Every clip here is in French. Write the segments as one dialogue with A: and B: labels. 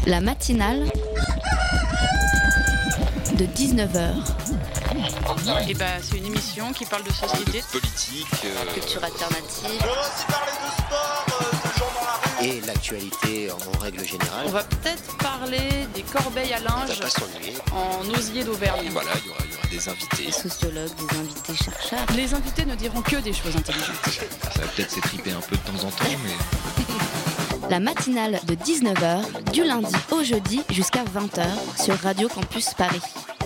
A: La matinale de 19h.
B: Et c'est une émission qui parle de société,
C: politique,
A: culture alternative.
D: On va aussi parler de sport, de gens dans la rue.
E: Et l'actualité en règle générale.
B: On va peut-être parler des corbeilles à
E: On
B: linge
E: va pas s'ennuyer.
B: en osier d'Auvergne.
C: voilà, il y aura des invités.
A: Des sociologues, des invités chercheurs.
B: Les invités ne diront que des choses intelligentes.
C: Ça va peut-être s'étriper un peu de temps en temps, mais...
A: La matinale de 19h, du lundi au jeudi jusqu'à 20h sur Radio Campus Paris.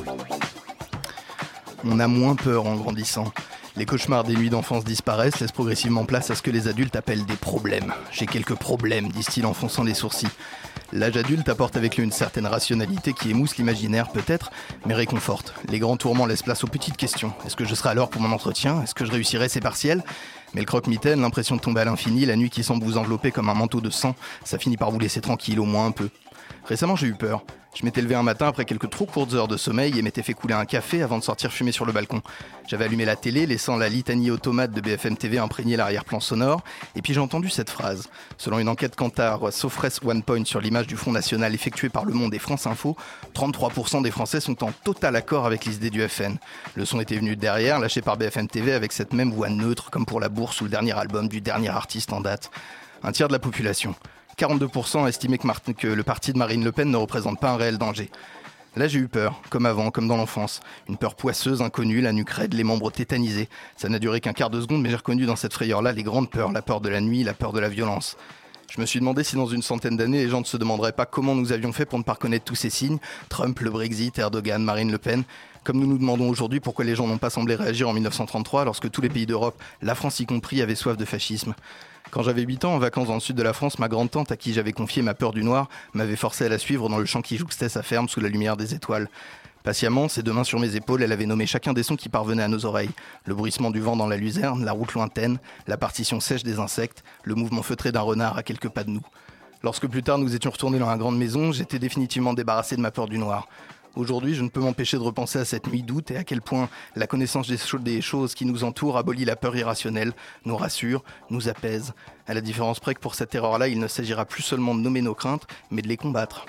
F: On a moins peur en grandissant. Les cauchemars des nuits d'enfance disparaissent, laissent progressivement place à ce que les adultes appellent des problèmes. J'ai quelques problèmes, disent-ils en fronçant les sourcils. L'âge adulte apporte avec lui une certaine rationalité qui émousse l'imaginaire peut-être, mais réconforte. Les grands tourments laissent place aux petites questions. Est-ce que je serai à l'heure pour mon entretien ? Est-ce que je réussirai ces partiels ? Mais le croque-mitaine, l'impression de tomber à l'infini, la nuit qui semble vous envelopper comme un manteau de sang, ça finit par vous laisser tranquille au moins un peu. Récemment, j'ai eu peur. Je m'étais levé un matin après quelques trop courtes heures de sommeil et m'étais fait couler un café avant de sortir fumer sur le balcon. J'avais allumé la télé, laissant la litanie automate de BFM TV imprégner l'arrière-plan sonore, et puis j'ai entendu cette phrase. Selon une enquête Kantar Sofres One Point sur l'image du Front National effectuée par Le Monde et France Info, 33% des Français sont en total accord avec les idées du FN. Le son était venu derrière, lâché par BFM TV avec cette même voix neutre comme pour la bourse ou le dernier album du dernier artiste en date. Un tiers de la population. 42% estimaient que le parti de Marine Le Pen ne représente pas un réel danger. Là, j'ai eu peur, comme avant, comme dans l'enfance. Une peur poisseuse, inconnue, la nuque raide, les membres tétanisés. Ça n'a duré qu'un quart de seconde, mais j'ai reconnu dans cette frayeur-là les grandes peurs, la peur de la nuit, la peur de la violence. Je me suis demandé si dans une centaine d'années, les gens ne se demanderaient pas comment nous avions fait pour ne pas reconnaître tous ces signes. Trump, le Brexit, Erdogan, Marine Le Pen. Comme nous nous demandons aujourd'hui pourquoi les gens n'ont pas semblé réagir en 1933 lorsque tous les pays d'Europe, la France y compris, avaient soif de fascisme. Quand j'avais 8 ans, en vacances dans le sud de la France, ma grande-tante, à qui j'avais confié ma peur du noir, m'avait forcé à la suivre dans le champ qui jouxtait sa ferme sous la lumière des étoiles. Patiemment, ses deux mains sur mes épaules, elle avait nommé chacun des sons qui parvenaient à nos oreilles. Le bruissement du vent dans la luzerne, la route lointaine, la partition sèche des insectes, le mouvement feutré d'un renard à quelques pas de nous. Lorsque plus tard nous étions retournés dans la grande maison, j'étais définitivement débarrassé de ma peur du noir. Aujourd'hui, je ne peux m'empêcher de repenser à cette nuit d'août et à quel point la connaissance des choses qui nous entourent abolit la peur irrationnelle, nous rassure, nous apaise. À la différence près que pour cette erreur-là, il ne s'agira plus seulement de nommer nos craintes, mais de les combattre.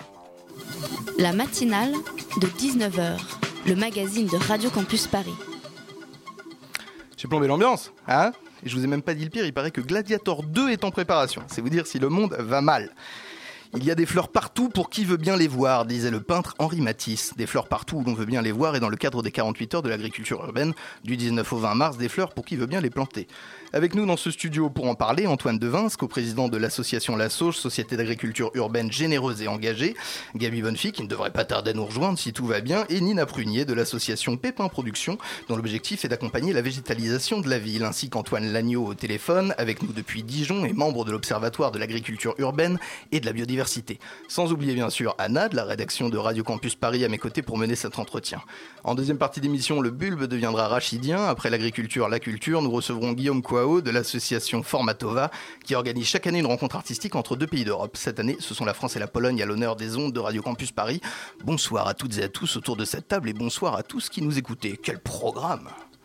A: La matinale de 19h, le magazine de Radio Campus Paris.
F: J'ai plombé l'ambiance, hein ? Et je vous ai même pas dit le pire, il paraît que Gladiator 2 est en préparation. C'est vous dire si le monde va mal. Il y a des fleurs partout pour qui veut bien les voir, disait le peintre Henri Matisse. Des fleurs partout où l'on veut bien les voir et dans le cadre des 48 heures de l'agriculture urbaine, du 19 au 20 mars, des fleurs pour qui veut bien les planter. Avec nous dans ce studio pour en parler, Antoine Devins, coprésident de l'association La Sauge, Société d'agriculture urbaine généreuse et engagée, Gaby Bonnefi, qui ne devrait pas tarder à nous rejoindre si tout va bien, et Nina Prunier de l'association Pépin Production, dont l'objectif est d'accompagner la végétalisation de la ville, ainsi qu'Antoine Lagneau au téléphone, avec nous depuis Dijon et membre de l'Observatoire de l'agriculture urbaine et de la biodiversité. Sans oublier bien sûr Anna de la rédaction de Radio Campus Paris à mes côtés pour mener cet entretien. En deuxième partie d'émission, le bulbe deviendra rachidien. Après l'agriculture, la culture, nous recevrons Guillaume Kouao de l'association Formatova qui organise chaque année une rencontre artistique entre deux pays d'Europe. Cette année, ce sont la France et la Pologne à l'honneur des ondes de Radio Campus Paris. Bonsoir à toutes et à tous autour de cette table et bonsoir à tous qui nous écoutez. Quel programme!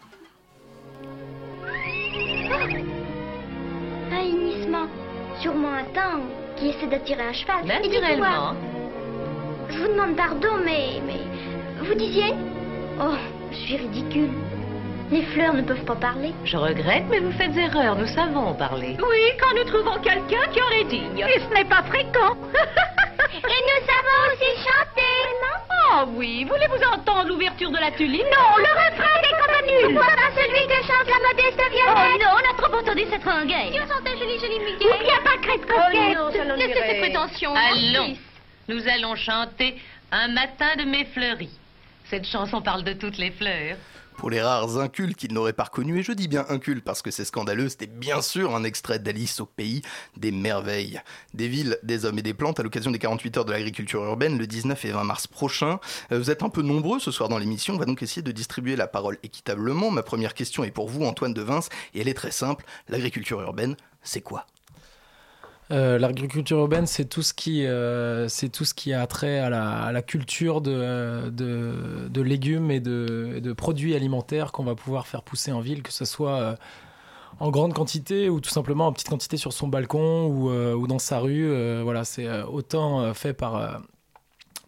G: Un hennissement, sûrement un tangue qui essaie d'attirer un cheval.
H: Naturellement.
G: Je vous demande pardon, mais vous disiez? Oh, je suis ridicule. Les fleurs ne peuvent pas parler.
H: Je regrette, mais vous faites erreur, nous savons parler.
I: Oui, quand nous trouvons quelqu'un qui en est digne. Et ce n'est pas fréquent.
G: Et nous savons aussi chanter.
I: Oh oui, voulez-vous entendre l'ouverture de la tulipe?
G: Non, le refrain des compagnons. Pourquoi pas celui que chante la modeste Violette?
I: Oh non, on a trop entendu cette rengaine.
G: Tu chantais Jolie Jolie Mickey.
I: Ou bien pas crête coquette.
H: Oh non, ça
I: laissez
H: l'ennuierait.
I: ces prétentions.
H: Allons,
I: Fils.
H: nous allons chanter Un matin de mes fleuries. Cette chanson parle de toutes les fleurs.
F: Pour les rares incultes qui ne l'auraient pas reconnu, et je dis bien incultes parce que c'est scandaleux, c'était bien sûr un extrait d'Alice au pays des merveilles. Des villes, des hommes et des plantes à l'occasion des 48 heures de l'agriculture urbaine le 19 et 20 mars prochain. Vous êtes un peu nombreux ce soir dans l'émission, on va donc essayer de distribuer la parole équitablement. Ma première question est pour vous, Antoine Devins, et elle est très simple. L'agriculture urbaine, c'est quoi ?
J: L'agriculture urbaine, c'est tout ce qui a trait à la culture de légumes et de produits alimentaires qu'on va pouvoir faire pousser en ville, que ce soit en grande quantité ou tout simplement en petite quantité sur son balcon ou dans sa rue. Voilà, c'est autant fait par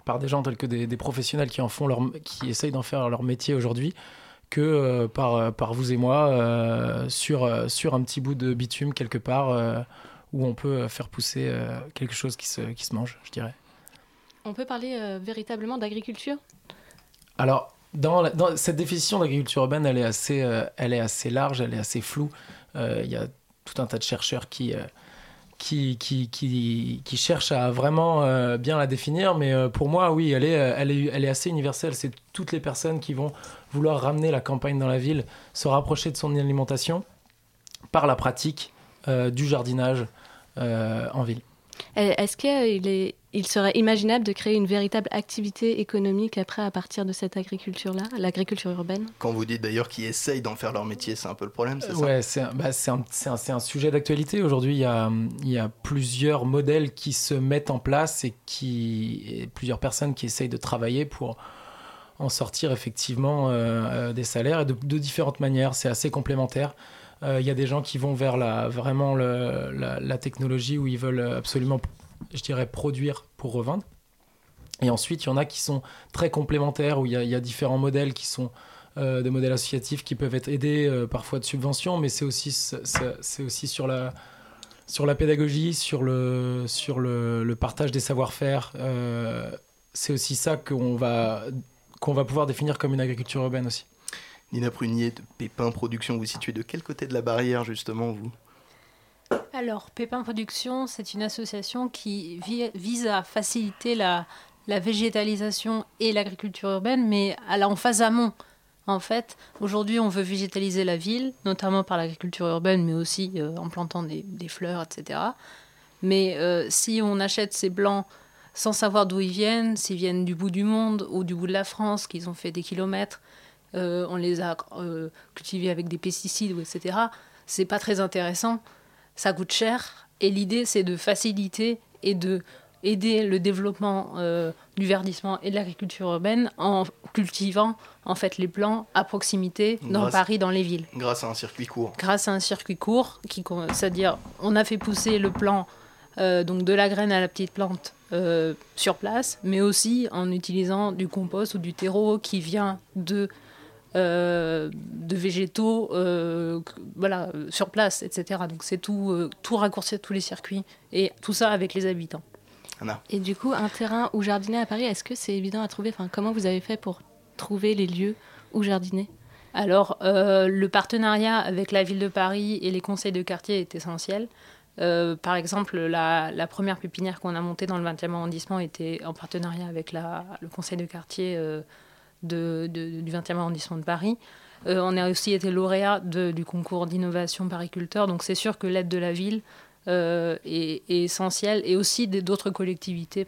J: par des gens tels que des professionnels qui essayent d'en faire leur métier aujourd'hui, que par vous et moi sur un petit bout de bitume quelque part où on peut faire pousser quelque chose qui se mange, je dirais.
K: On peut parler véritablement d'agriculture ?
J: Alors, dans cette définition d'agriculture urbaine, elle est assez large, elle est assez floue. Il y a tout un tas de chercheurs qui cherchent à vraiment bien la définir, mais pour moi, oui, elle est assez universelle. C'est toutes les personnes qui vont vouloir ramener la campagne dans la ville, se rapprocher de son alimentation par la pratique du jardinage en ville.
K: Est-ce qu'il serait imaginable de créer une véritable activité économique après à partir de cette agriculture-là, l'agriculture urbaine ?
F: Quand vous dites d'ailleurs qu'ils essayent d'en faire leur métier, c'est un peu le problème, c'est ça ?
J: Ouais, c'est un sujet d'actualité. Aujourd'hui, il y a plusieurs modèles qui se mettent en place et plusieurs personnes qui essayent de travailler pour en sortir effectivement des salaires et de différentes manières. C'est assez complémentaire. Il y a des gens qui vont vers la technologie où ils veulent absolument, je dirais, produire pour revendre. Et ensuite, il y en a qui sont très complémentaires, où il y a différents modèles qui sont des modèles associatifs qui peuvent être aidés parfois de subventions, mais c'est aussi sur la pédagogie, sur le partage des savoir-faire. C'est aussi ça qu'on va pouvoir définir comme une agriculture urbaine aussi.
F: Nina Prunier de Pépin Productions, vous situez de quel côté de la barrière justement, vous ?
L: Alors, Pépin Productions, c'est une association qui vise à faciliter la végétalisation et l'agriculture urbaine, mais en phase amont. En fait, aujourd'hui, on veut végétaliser la ville, notamment par l'agriculture urbaine, mais aussi en plantant des fleurs, etc. Mais si on achète ces blancs sans savoir d'où ils viennent, s'ils viennent du bout du monde ou du bout de la France, qu'ils ont fait des kilomètres, on les a cultivés avec des pesticides, etc. C'est pas très intéressant, ça coûte cher. Et l'idée, c'est de faciliter et de aider le développement du verdissement et de l'agriculture urbaine en cultivant en fait les plants à proximité dans Paris, dans les villes.
F: Grâce à un circuit court.
L: Grâce à un circuit court, c'est-à-dire on a fait pousser le plant donc de la graine à la petite plante sur place, mais aussi en utilisant du compost ou du terreau qui vient de végétaux sur place, etc. Donc c'est tout raccourcir tous les circuits et tout ça avec les habitants.
F: Anna.
K: Et du coup, un terrain où jardiner à Paris, est-ce que c'est évident à trouver ? Comment vous avez fait pour trouver les lieux où jardiner ?
L: Alors, le partenariat avec la ville de Paris et les conseils de quartier est essentiel. Par exemple, la première pépinière qu'on a montée dans le 20e arrondissement était en partenariat avec le conseil de quartier du 20e arrondissement de Paris. On a aussi été lauréat du concours d'innovation pariculteur, donc c'est sûr que l'aide de la ville est essentielle, et aussi d'autres collectivités,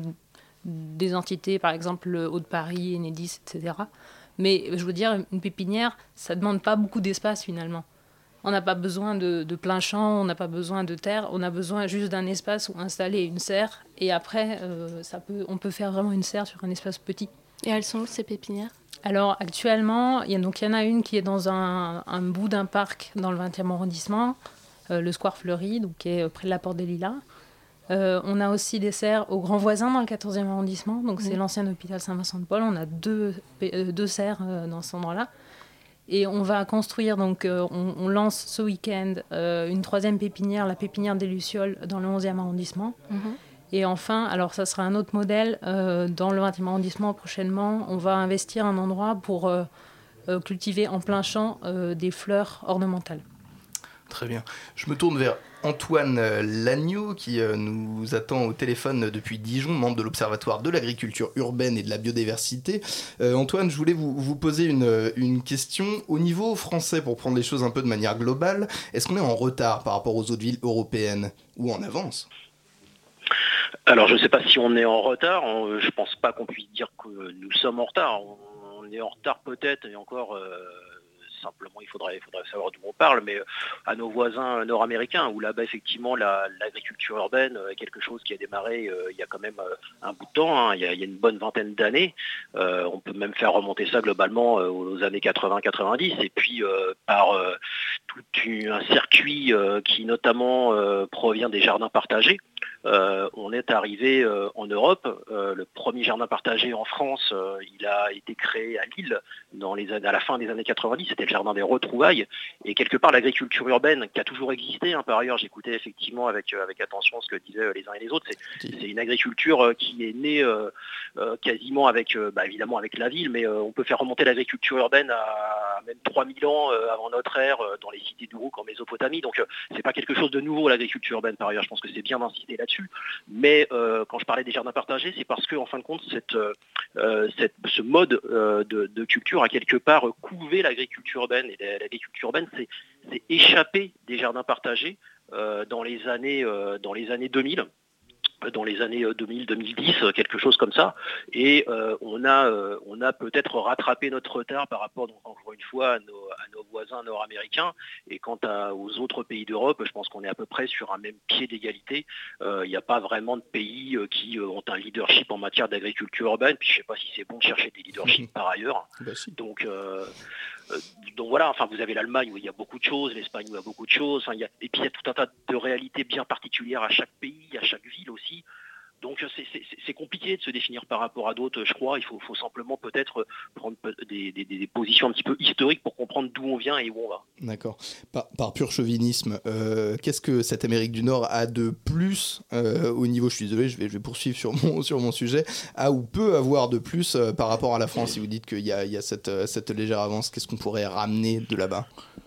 L: des entités, par exemple le Haut-de-Paris, Enedis, etc. Mais je veux dire, une pépinière, ça ne demande pas beaucoup d'espace finalement. On n'a pas besoin de plein champ, on n'a pas besoin de terre, on a besoin juste d'un espace où installer une serre, et après, on peut faire vraiment une serre sur un espace petit.
K: Et elles sont où ces pépinières ?
L: Alors actuellement, il y en a une qui est dans un bout d'un parc dans le 20e arrondissement, le Square Fleury, donc qui est près de la Porte des Lilas. On a aussi des serres au Grand Voisin dans le 14e arrondissement, donc c'est l'ancien hôpital Saint-Vincent-de-Paul. On a deux serres dans cet endroit-là. Et on va construire, donc on lance ce week-end une troisième pépinière, la pépinière des Lucioles, dans le 11e arrondissement. Et enfin, alors ça sera un autre modèle, dans le 20e arrondissement prochainement, on va investir un endroit pour cultiver en plein champ des fleurs ornementales.
F: Très bien. Je me tourne vers Antoine Lagneau qui nous attend au téléphone depuis Dijon, membre de l'Observatoire de l'agriculture urbaine et de la biodiversité. Antoine, je voulais vous poser une question. Au niveau français, pour prendre les choses un peu de manière globale, est-ce qu'on est en retard par rapport aux autres villes européennes ou en avance ?
M: Alors je ne sais pas si on est en retard, je ne pense pas qu'on puisse dire que nous sommes en retard. On est en retard peut-être, et encore simplement il faudrait savoir d'où on parle, mais à nos voisins nord-américains, où là-bas effectivement l'agriculture urbaine est quelque chose qui a démarré il y a quand même un bout de temps, il y a une bonne vingtaine d'années. On peut même faire remonter ça globalement aux années 80-90, et puis par tout un circuit qui notamment provient des jardins partagés. On est arrivé en Europe, le premier jardin partagé en France, il a été créé à Lille à la fin des années 90, c'était le jardin des retrouvailles. Et quelque part, l'agriculture urbaine, qui a toujours existé, par ailleurs, j'écoutais effectivement avec attention ce que disaient les uns et les autres, c'est une agriculture qui est née quasiment avec, évidemment avec la ville, mais on peut faire remonter l'agriculture urbaine à même 3000 ans avant notre ère, dans les cités d'Uruk en Mésopotamie. Donc c'est pas quelque chose de nouveau, l'agriculture urbaine, par ailleurs, je pense que c'est bien d'insister là-dessus. Mais quand je parlais des jardins partagés, c'est parce que, en fin de compte, ce mode de culture a quelque part couvé l'agriculture urbaine. Et l'agriculture urbaine s'est échappée des jardins partagés dans les années 2000. Dans les années 2000-2010, quelque chose comme ça, et on a peut-être rattrapé notre retard par rapport, donc, encore une fois, à nos voisins nord-américains, et quant aux autres pays d'Europe, je pense qu'on est à peu près sur un même pied d'égalité. Il n'y a pas vraiment de pays qui ont un leadership en matière d'agriculture urbaine, puis je ne sais pas si c'est bon de chercher des leaderships par ailleurs. Donc voilà, enfin vous avez l'Allemagne où il y a beaucoup de choses, l'Espagne où il y a beaucoup de choses, et puis il y a tout un tas de réalités bien particulières à chaque pays, à chaque ville aussi. Donc c'est compliqué de se définir par rapport à d'autres, je crois. Il faut simplement peut-être prendre des positions un petit peu historiques pour comprendre d'où on vient et où on va.
F: D'accord. Par pur chauvinisme, qu'est-ce que cette Amérique du Nord a de plus au niveau, je suis désolé, je vais poursuivre sur mon sujet, a ou peut avoir de plus par rapport à la France? Si vous dites qu'il y a cette légère avance, qu'est-ce qu'on pourrait ramener de là-bas?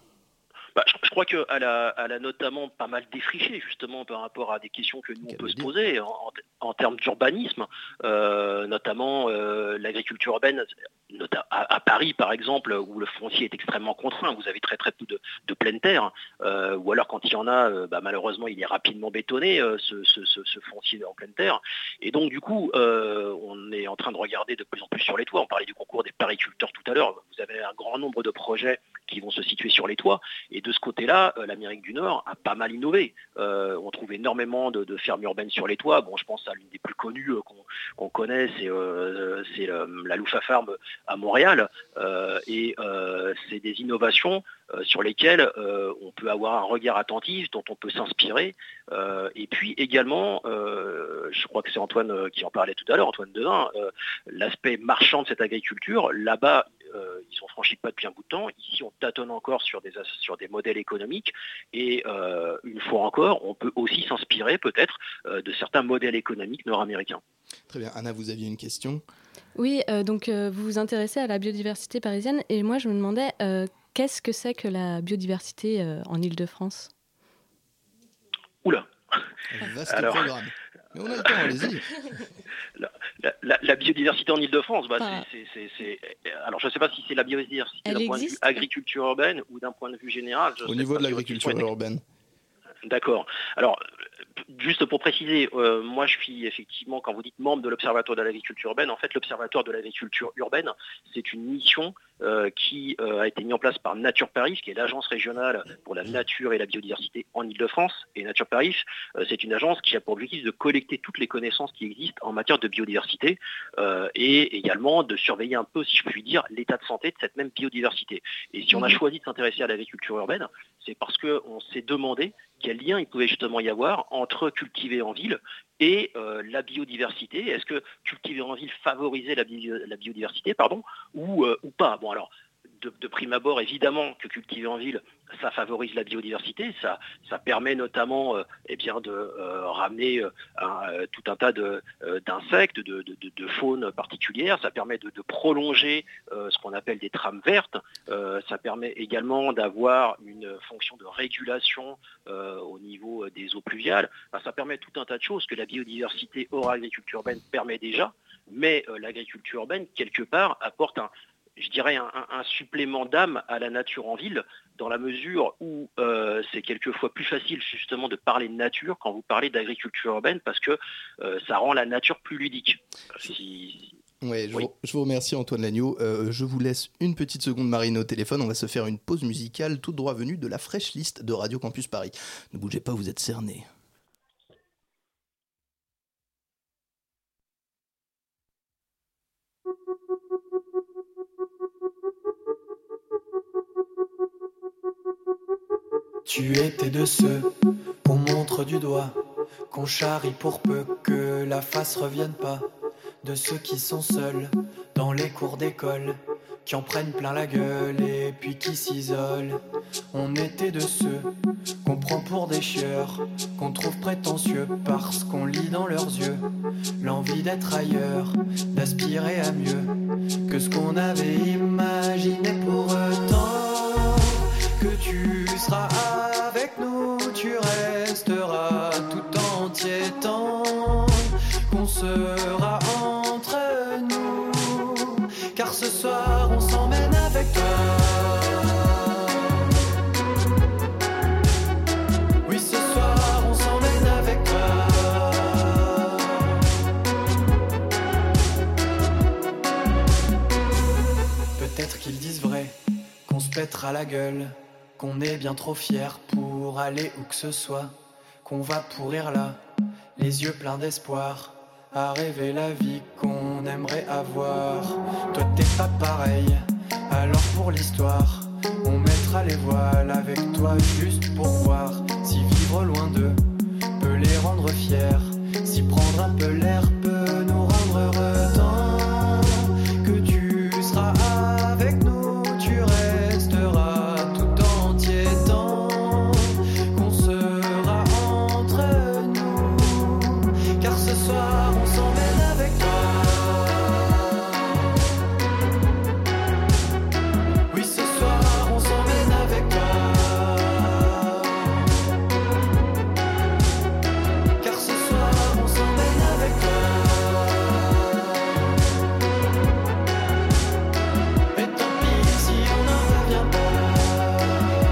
M: Je crois qu'elle a notamment pas mal défriché justement par rapport à des questions que nous on peut se poser en termes d'urbanisme, notamment l'agriculture urbaine. À Paris par exemple, où le foncier est extrêmement contraint, vous avez très très peu de pleine terre, ou alors quand il y en a, malheureusement il est rapidement bétonné, ce foncier en pleine terre, et donc du coup on est en train de regarder de plus en plus sur les toits. On parlait du concours des pariculteurs tout à l'heure, vous avez un grand nombre de projets qui vont se situer sur les toits, et de ce côté-là, l'Amérique du Nord a pas mal innové. On trouve énormément de fermes urbaines sur les toits. Bon, je pense à l'une des plus connues qu'on connaît, c'est la Loufa Farm à Montréal, et c'est des innovations sur lesquelles on peut avoir un regard attentif, dont on peut s'inspirer, et puis également, je crois que c'est Antoine qui en parlait tout à l'heure, Antoine Devin, l'aspect marchand de cette agriculture, là-bas, ils sont franchis de pas depuis un bout de temps. Ici, on tâtonne encore sur des modèles économiques, et une fois encore, on peut aussi s'inspirer peut-être de certains modèles économiques nord-américains.
F: Très bien. Anna, vous aviez une question ?
K: Oui, donc vous vous intéressez à la biodiversité parisienne, et moi je me demandais qu'est-ce que c'est que la biodiversité en Île-de-France ?
M: Oula.
F: Vaste programme. Mais on a le temps, allez-y.
M: La biodiversité en Île-de-France, alors je ne sais pas si c'est la biodiversité d'un point de vue agriculture urbaine ou d'un point de vue général.
F: Au niveau de l'agriculture urbaine.
M: D'accord. Alors, juste pour préciser, moi je suis effectivement, quand vous dites membre de l'Observatoire de l'agriculture urbaine, en fait l'Observatoire de l'agriculture urbaine, c'est une mission qui a été mise en place par Nature Paris, qui est l'agence régionale pour la nature et la biodiversité en Île-de-France. Et Nature Paris, c'est une agence qui a pour objectif de collecter toutes les connaissances qui existent en matière de biodiversité, et également de surveiller un peu, si je puis dire, l'état de santé de cette même biodiversité. Et si on a choisi de s'intéresser à l'agriculture urbaine, c'est parce qu'on s'est demandé quel lien il pouvait justement y avoir entre cultiver en ville et la biodiversité. Est-ce que cultiver en ville favorisait la biodiversité, ou pas? Bon, alors, de prime abord, évidemment que cultiver en ville, ça favorise la biodiversité, ça permet notamment de ramener tout un tas d'insectes, de faune particulière, ça permet de prolonger ce qu'on appelle des trames vertes, ça permet également d'avoir une fonction de régulation au niveau des eaux pluviales, ça permet tout un tas de choses que la biodiversité hors agriculture urbaine permet déjà, mais l'agriculture urbaine, quelque part, apporte un supplément d'âme à la nature en ville, dans la mesure où c'est quelquefois plus facile justement de parler de nature quand vous parlez d'agriculture urbaine, parce que ça rend la nature plus ludique.
F: Oui. Je vous remercie Antoine Lagneau. Je vous laisse une petite seconde, Marine, au téléphone. On va se faire une pause musicale tout droit venue de la fraîche liste de Radio Campus Paris. Ne bougez pas, vous êtes cernés.
N: Tu étais de ceux qu'on montre du doigt, qu'on charrie pour peu que la face revienne pas. de ceux qui sont seuls dans les cours d'école, qui en prennent plein la gueule et puis qui s'isolent. On était de ceux qu'on prend pour des chieurs, qu'on trouve prétentieux parce qu'on lit dans leurs yeux l'envie d'être ailleurs, d'aspirer à mieux que ce qu'on avait imaginé. Pour autant que tu seras avec nous, tu resteras tout entier tant qu'on sera entre nous, car ce soir on s'emmène avec toi. Oui, ce soir on s'emmène avec toi. Peut-être qu'ils disent vrai, qu'on se pètera la gueule, qu'on est bien trop fiers pour aller où que ce soit, qu'on va pourrir là, les yeux pleins d'espoir, à rêver la vie qu'on aimerait avoir. Toi t'es pas pareil, alors pour l'histoire, on mettra les voiles avec toi juste pour voir si vivre loin d'eux peut les rendre fiers, si prendre un peu l'air peut nous rendre heureux. Tant que tu seras avec nous, tu resteras tout entier tant qu'on sera entre nous, car ce soir on s'emmène avec toi. Oui, ce soir on s'emmène avec toi, car ce soir on s'emmène avec toi. Et tant pis si on n'en revient pas,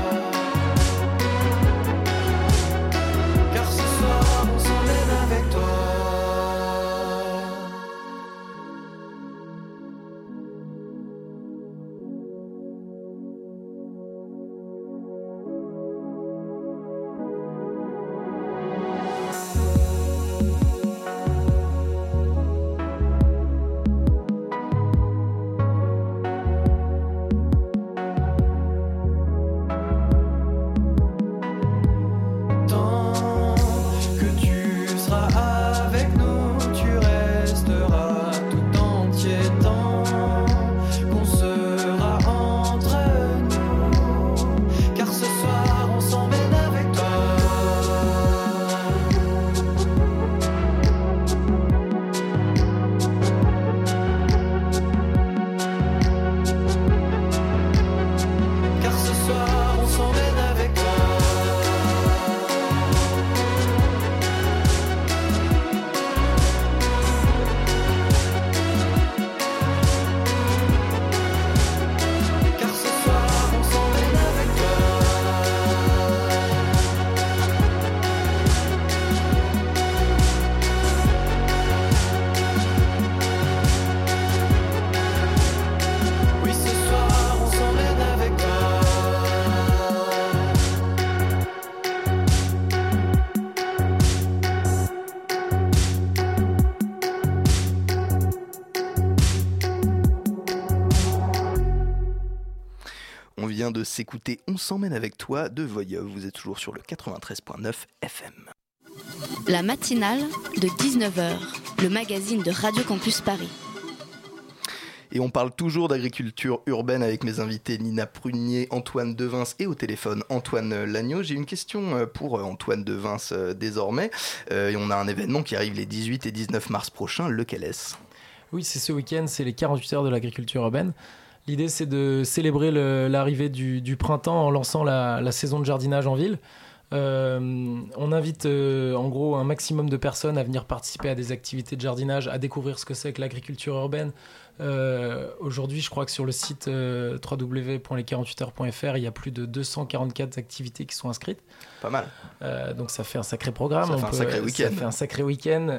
N: car ce soir on s'emmène avec toi. Tant que tu seras avec nous, tu resteras tout entier tant qu'on sera entre nous, car ce soir on s'emmène avec toi. Car ce soir on s'emmène avec toi. Car ce soir on s'emmène avec toi. Oui, ce soir on s'emmène avec toi.
F: On vient de s'écouter On s'emmène avec toi de Voyov. Vous êtes toujours sur le 93.9 FM.
A: La matinale de 19h, le magazine de Radio Campus Paris.
F: Et on parle toujours d'agriculture urbaine avec mes invités Nina Prunier, Antoine Devins et au téléphone Antoine Lagneau. J'ai une question pour Antoine Devins désormais. Et on a un événement qui arrive les 18 et 19 mars prochains. Lequel est-ce ?
J: Oui, c'est ce week-end, c'est les 48 heures de l'agriculture urbaine. L'idée, c'est de célébrer l'arrivée du printemps en lançant la saison de jardinage en ville. On invite en gros un maximum de personnes à venir participer à des activités de jardinage, à découvrir ce que c'est que l'agriculture urbaine. Aujourd'hui, je crois que sur le site www.les48heures.fr, il y a plus de 244 activités qui sont inscrites.
F: Pas mal.
J: Donc ça fait un sacré programme.
F: Ça fait un sacré week-end.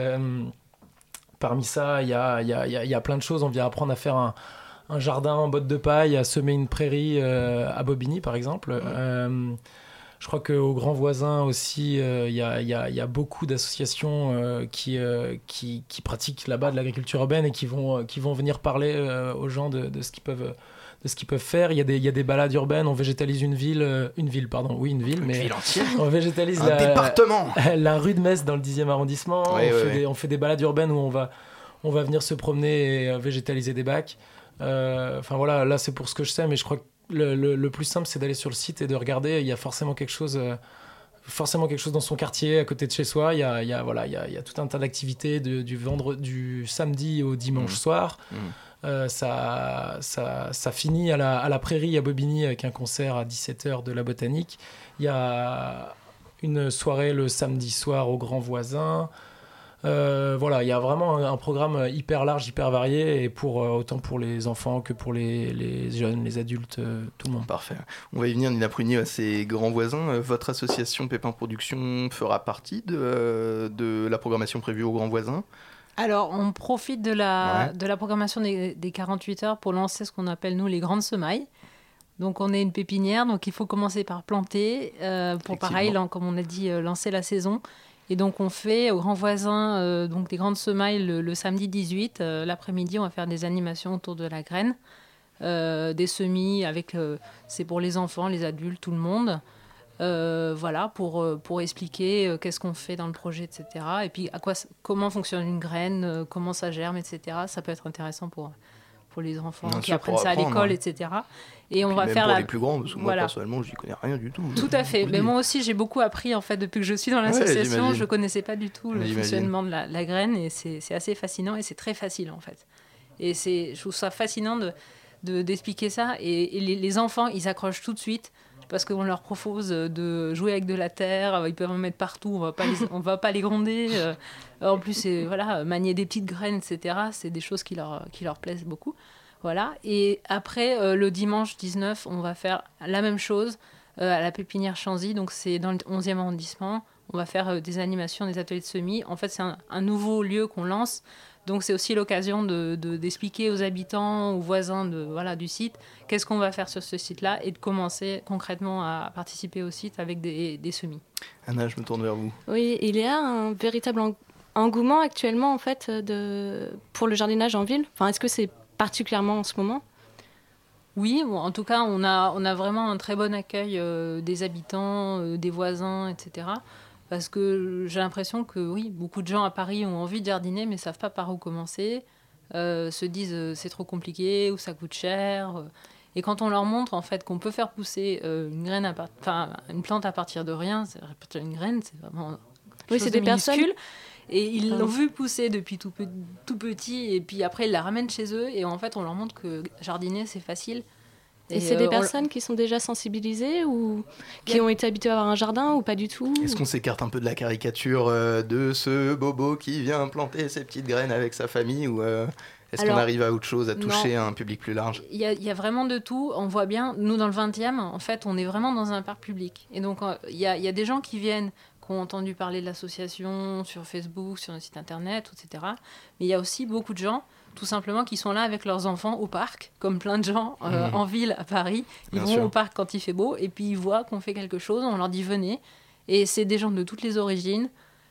J: Parmi ça, il y a plein de choses. On vient apprendre à faire un jardin en bottes de paille, à semer une prairie à Bobigny, par exemple. Je crois qu'au Grand Voisin aussi, il y a beaucoup d'associations qui pratiquent là-bas de l'agriculture urbaine et qui vont venir parler aux gens de ce qu'ils peuvent faire. Il y a des balades urbaines, on végétalise une ville entière. On végétalise
F: département.
J: La rue de Metz dans le 10e arrondissement.
F: Oui,
J: on fait des balades urbaines où on on va venir se promener et végétaliser des bacs. Enfin voilà, là c'est pour ce que je sais, mais je crois que le plus simple c'est d'aller sur le site et de regarder. Il y a forcément quelque chose dans son quartier, à côté de chez soi. Il y a tout un tas d'activités du samedi au dimanche soir. Ça finit à la prairie à Bobigny avec un concert à 17h de la Botanique. Il y a une soirée le samedi soir au Grand Voisin. Il y a vraiment un programme hyper large, hyper varié, et autant pour les enfants que pour les jeunes, les adultes, tout le monde.
F: Parfait. On va y venir, Nina Prunier, à ces Grands Voisins. Votre association Pépin Productions fera partie de la programmation prévue au Grand Voisin?
L: Alors, on profite de la programmation des 48 heures pour lancer ce qu'on appelle, nous, les grandes semailles. Donc, on est une pépinière, donc il faut commencer par planter, pour pareil, comme on a dit, lancer la saison. Et donc, on fait au Grand Voisin donc des grandes semailles le samedi 18. L'après-midi, on va faire des animations autour de la graine, des semis, c'est pour les enfants, les adultes, tout le monde. Pour expliquer qu'est-ce qu'on fait dans le projet, etc. Et puis comment fonctionne une graine, comment ça germe, etc. Ça peut être intéressant pour les enfants qui apprennent ça à l'école, etc. Et on va faire
F: pour les plus grands, parce que moi personnellement, j'y connais rien du tout.
L: Tout à fait. Mais moi aussi, j'ai beaucoup appris en fait depuis que je suis dans l'association. Je connaissais pas du tout le fonctionnement de la graine, et c'est assez fascinant et c'est très facile en fait. Et je trouve ça fascinant d'expliquer ça. Et les enfants, ils accrochent tout de suite. Parce qu'on leur propose de jouer avec de la terre, ils peuvent en mettre partout, on va pas les gronder. En plus, manier des petites graines, etc., c'est des choses qui leur plaisent beaucoup. Voilà. Et après, le dimanche 19, on va faire la même chose à la pépinière Chanzy, donc c'est dans le 11e arrondissement. On va faire des animations, des ateliers de semis. En fait, c'est un nouveau lieu qu'on lance. Donc, c'est aussi l'occasion d'expliquer aux habitants, aux voisins du site, qu'est-ce qu'on va faire sur ce site-là, et de commencer concrètement à participer au site avec des semis.
F: Anna, je me tourne vers vous.
K: Oui, il y a un véritable engouement actuellement en fait, pour le jardinage en ville. Enfin, est-ce que c'est particulièrement en ce moment ?
L: Oui, en tout cas, on a vraiment un très bon accueil des habitants, des voisins, etc. Parce que j'ai l'impression que oui, beaucoup de gens à Paris ont envie de jardiner, mais ne savent pas par où commencer, se disent c'est trop compliqué ou ça coûte cher. Et quand on leur montre en fait qu'on peut faire pousser une plante à partir de rien, une graine, c'est vraiment
K: c'est des personnes.
L: Et ils l'ont vu pousser depuis tout petit, et puis après ils la ramènent chez eux, et en fait on leur montre que jardiner c'est facile.
K: Et c'est des personnes qui sont déjà sensibilisées ou qui ont été habituées à avoir un jardin ou pas du tout ?
F: Est-ce qu'on s'écarte un peu de la caricature de ce bobo qui vient planter ses petites graines avec sa famille, ou est-ce qu'on arrive à autre chose, à toucher un public plus large ?
L: Il y a vraiment de tout. On voit bien, nous dans le 20e, en fait, on est vraiment dans un parc public. Et donc il y a des gens qui viennent, qui ont entendu parler de l'association sur Facebook, sur notre site internet, etc. Mais il y a aussi beaucoup de gens, tout simplement, qui sont là avec leurs enfants au parc, comme plein de gens en ville à Paris. Ils vont au parc quand il fait beau, et puis ils voient qu'on fait quelque chose, on leur dit venez. Et c'est des gens de toutes les origines.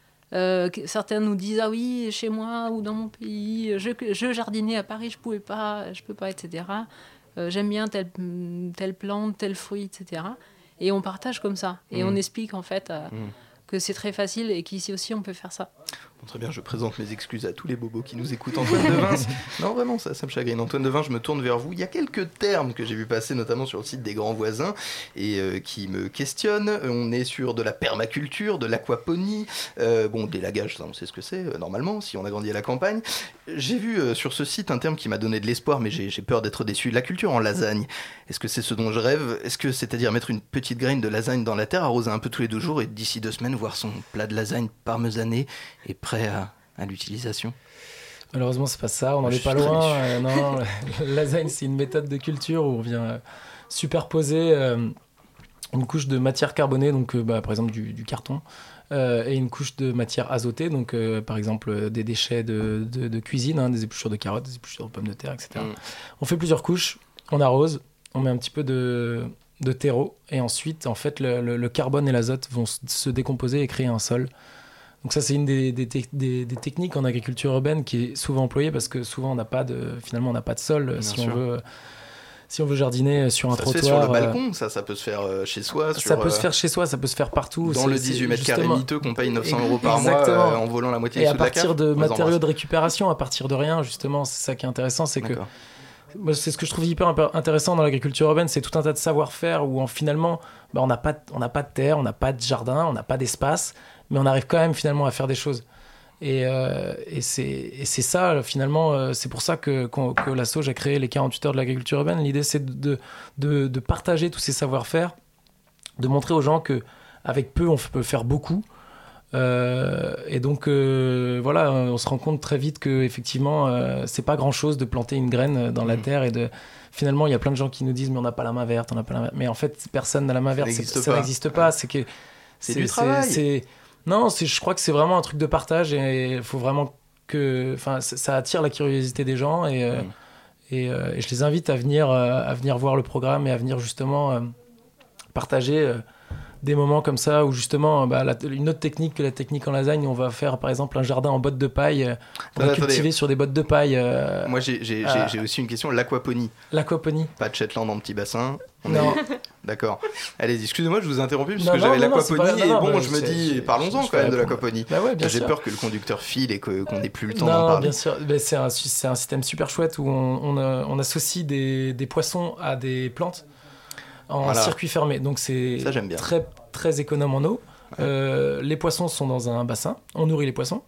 L: Certains nous disent ah oui, chez moi ou dans mon pays, je jardinais à Paris, je peux pas, etc. J'aime bien telle plante, tel fruit, etc. Et on partage comme ça. Et on explique en fait que c'est très facile et qu'ici aussi on peut faire ça.
F: Bon, très bien, je présente mes excuses à tous les bobos qui nous écoutent. Antoine Devins, non vraiment, ça me chagrine. Antoine Devins, je me tourne vers vous. Il y a quelques termes que j'ai vu passer, notamment sur le site des Grands Voisins, et qui me questionnent. On est sur de la permaculture, de l'aquaponie, délagage, ça on sait ce que c'est, normalement, si on a grandi à la campagne. J'ai vu sur ce site un terme qui m'a donné de l'espoir, mais j'ai peur d'être déçu. La culture en lasagne. Est-ce que c'est ce dont je rêve ? Est-ce que c'est-à-dire mettre une petite graine de lasagne dans la terre, arroser un peu tous les 2 jours, et d'ici 2 semaines, voir son plat de lasagne parmesané et prêt à l'utilisation ?
J: Malheureusement, c'est pas ça, on n'en est pas loin. Non, la lasagne, c'est une méthode de culture où on vient superposer une couche de matière carbonée, donc par exemple du carton, et une couche de matière azotée, donc par exemple des déchets de cuisine, des épluchures de carottes, des épluchures de pommes de terre, etc. On fait plusieurs couches, on arrose, on met un petit peu de terreau, et ensuite, en fait, le carbone et l'azote vont se décomposer et créer un sol. Donc ça, c'est une des techniques en agriculture urbaine qui est souvent employée, parce que souvent on n'a pas de sol si on veut jardiner sur un
F: ça
J: trottoir.
F: Se fait sur le balcon, ça peut se faire chez soi.
J: Ça peut se faire chez soi, ça peut se faire partout.
F: Dans le 18 mètres carrés miteux qu'on paye 900 € par
J: Exactement.
F: mois en volant la moitié
J: et
F: sous de la cave.
J: Et à partir de matériaux de récupération, à partir de rien, justement, c'est ça qui est intéressant, c'est que moi, c'est ce que je trouve hyper intéressant dans l'agriculture urbaine, c'est tout un tas de savoir-faire où finalement, on n'a pas de terre, on n'a pas de jardin, on n'a pas d'espace, mais on arrive quand même finalement à faire des choses. Et c'est ça, finalement, c'est pour ça que la SOJ a créé les 48 heures de l'agriculture urbaine. L'idée, c'est de partager tous ces savoir-faire, de montrer aux gens qu'avec peu, on peut faire beaucoup. Et donc, voilà, on se rend compte très vite qu'effectivement, c'est pas grand-chose de planter une graine dans la terre et finalement, il y a plein de gens qui nous disent mais on n'a pas la main verte, mais en fait, personne n'a la main verte, ça n'existe pas. C'est
F: du travail.
J: Je crois que c'est vraiment un truc de partage et il faut vraiment ça attire la curiosité des gens et je les invite à venir voir le programme et à venir justement partager des moments comme ça où justement une autre technique que la technique en lasagne, on va faire par exemple un jardin en bottes de paille, on va cultiver sur des bottes de paille.
F: Moi j'ai aussi une question, l'aquaponie. Pas de Shetland en petit bassin.
J: Non.
F: D'accord. Allez, excusez-moi, je vous ai interrompu parce que j'avais l'aquaponie et je me dis parlons-en quand même de l'aquaponie. J'ai peur que le conducteur file et qu'on n'ait plus le temps d'en parler.
J: Bien sûr, c'est un système super chouette où on associe des poissons à des plantes en circuit fermé, donc c'est très, très économe en eau. Les poissons sont dans un bassin, on nourrit les poissons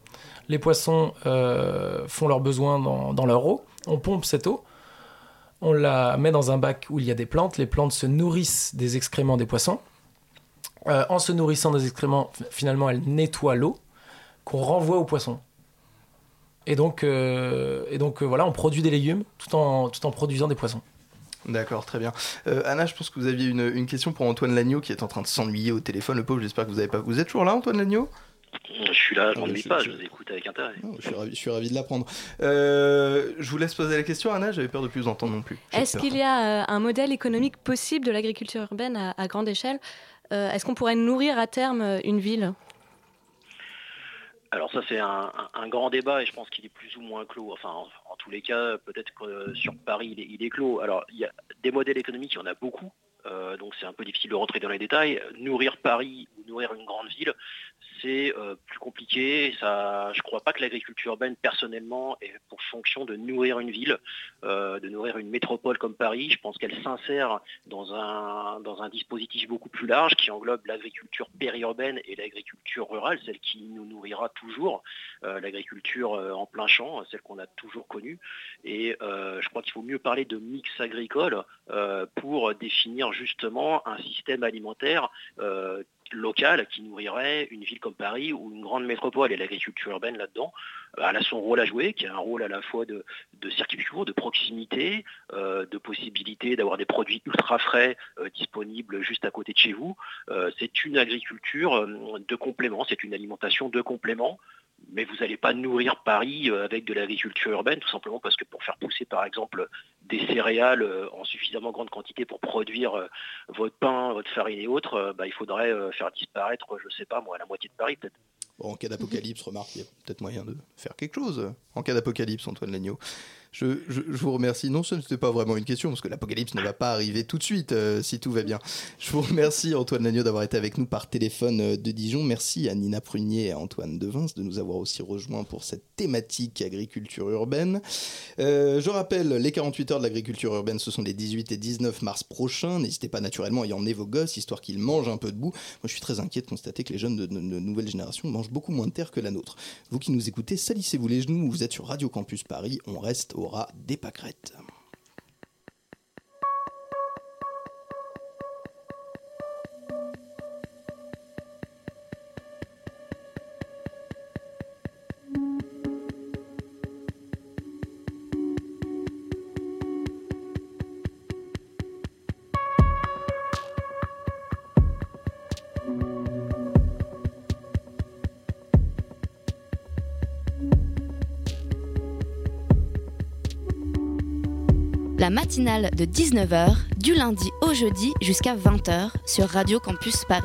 J: font leurs besoins dans leur eau, on pompe cette eau, on la met dans un bac où il y a des plantes, les plantes se nourrissent des excréments des poissons, en se nourrissant des excréments, finalement elles nettoient l'eau qu'on renvoie aux poissons. Et donc voilà, on produit des légumes tout en produisant des poissons.
F: D'accord, très bien. Anna, je pense que vous aviez une question pour Antoine Lagneau qui est en train de s'ennuyer au téléphone. Le pauvre, j'espère que vous n'avez pas... Vous êtes toujours là, Antoine Lagneau ?
M: Je suis là, je m'ennuie pas, je vous écoute avec intérêt.
F: Non, je suis ravi de l'apprendre. Je vous laisse poser la question, Anna, j'avais peur de plus vous entendre non plus.
K: Est-ce qu'il y a un modèle économique possible de l'agriculture urbaine à grande échelle ? Est-ce qu'on pourrait nourrir à terme une ville ?
M: Alors ça c'est un grand débat et je pense qu'il est plus ou moins clos. Enfin en tous les cas peut-être que sur Paris il est clos. Alors il y a des modèles économiques, il y en a beaucoup, donc c'est un peu difficile de rentrer dans les détails. Nourrir Paris ou nourrir une grande ville, c'est plus compliqué. Je crois pas que l'agriculture urbaine personnellement ait pour fonction de nourrir une ville, de nourrir une métropole comme Paris. Je pense qu'elle s'insère dans un dispositif beaucoup plus large qui englobe l'agriculture périurbaine et l'agriculture rurale, celle qui nous nourrira toujours, l'agriculture en plein champ, celle qu'on a toujours connue. Et je crois qu'il faut mieux parler de mix agricole pour définir justement un système alimentaire local qui nourrirait une ville comme Paris ou une grande métropole. Et l'agriculture urbaine là-dedans, elle a son rôle à jouer, qui a un rôle à la fois de circuit court, de proximité, de possibilité d'avoir des produits ultra frais disponibles juste à côté de chez vous. C'est une agriculture de complément, c'est une alimentation de complément. Mais vous n'allez pas nourrir Paris avec de l'agriculture urbaine, tout simplement parce que pour faire pousser par exemple des céréales en suffisamment grande quantité pour produire votre pain, votre farine et autres, il faudrait faire disparaître, je ne sais pas moi, la moitié de Paris peut-être.
F: Bon, en cas d'apocalypse, remarque, il y a peut-être moyen de faire quelque chose. En cas d'apocalypse, Antoine Lagneau. Je vous remercie. Non, ce n'était pas vraiment une question, parce que l'apocalypse ne va pas arriver tout de suite, si tout va bien. Je vous remercie, Antoine Lagneau, d'avoir été avec nous par téléphone de Dijon. Merci à Nina Prunier et à Antoine Devins de nous avoir aussi rejoints pour cette thématique agriculture urbaine. Je rappelle, les 48 heures de l'agriculture urbaine, ce sont les 18 et 19 mars prochains. N'hésitez pas naturellement à y emmener vos gosses, histoire qu'ils mangent un peu de boue. Moi, je suis très inquiet de constater que les jeunes de nouvelle génération mangent beaucoup moins de terre que la nôtre. Vous qui nous écoutez, salissez-vous les genoux, vous êtes sur Radio Campus Paris, on reste au ras des pâquerettes.
A: La matinale de 19h, du lundi au jeudi jusqu'à 20h sur Radio Campus Paris.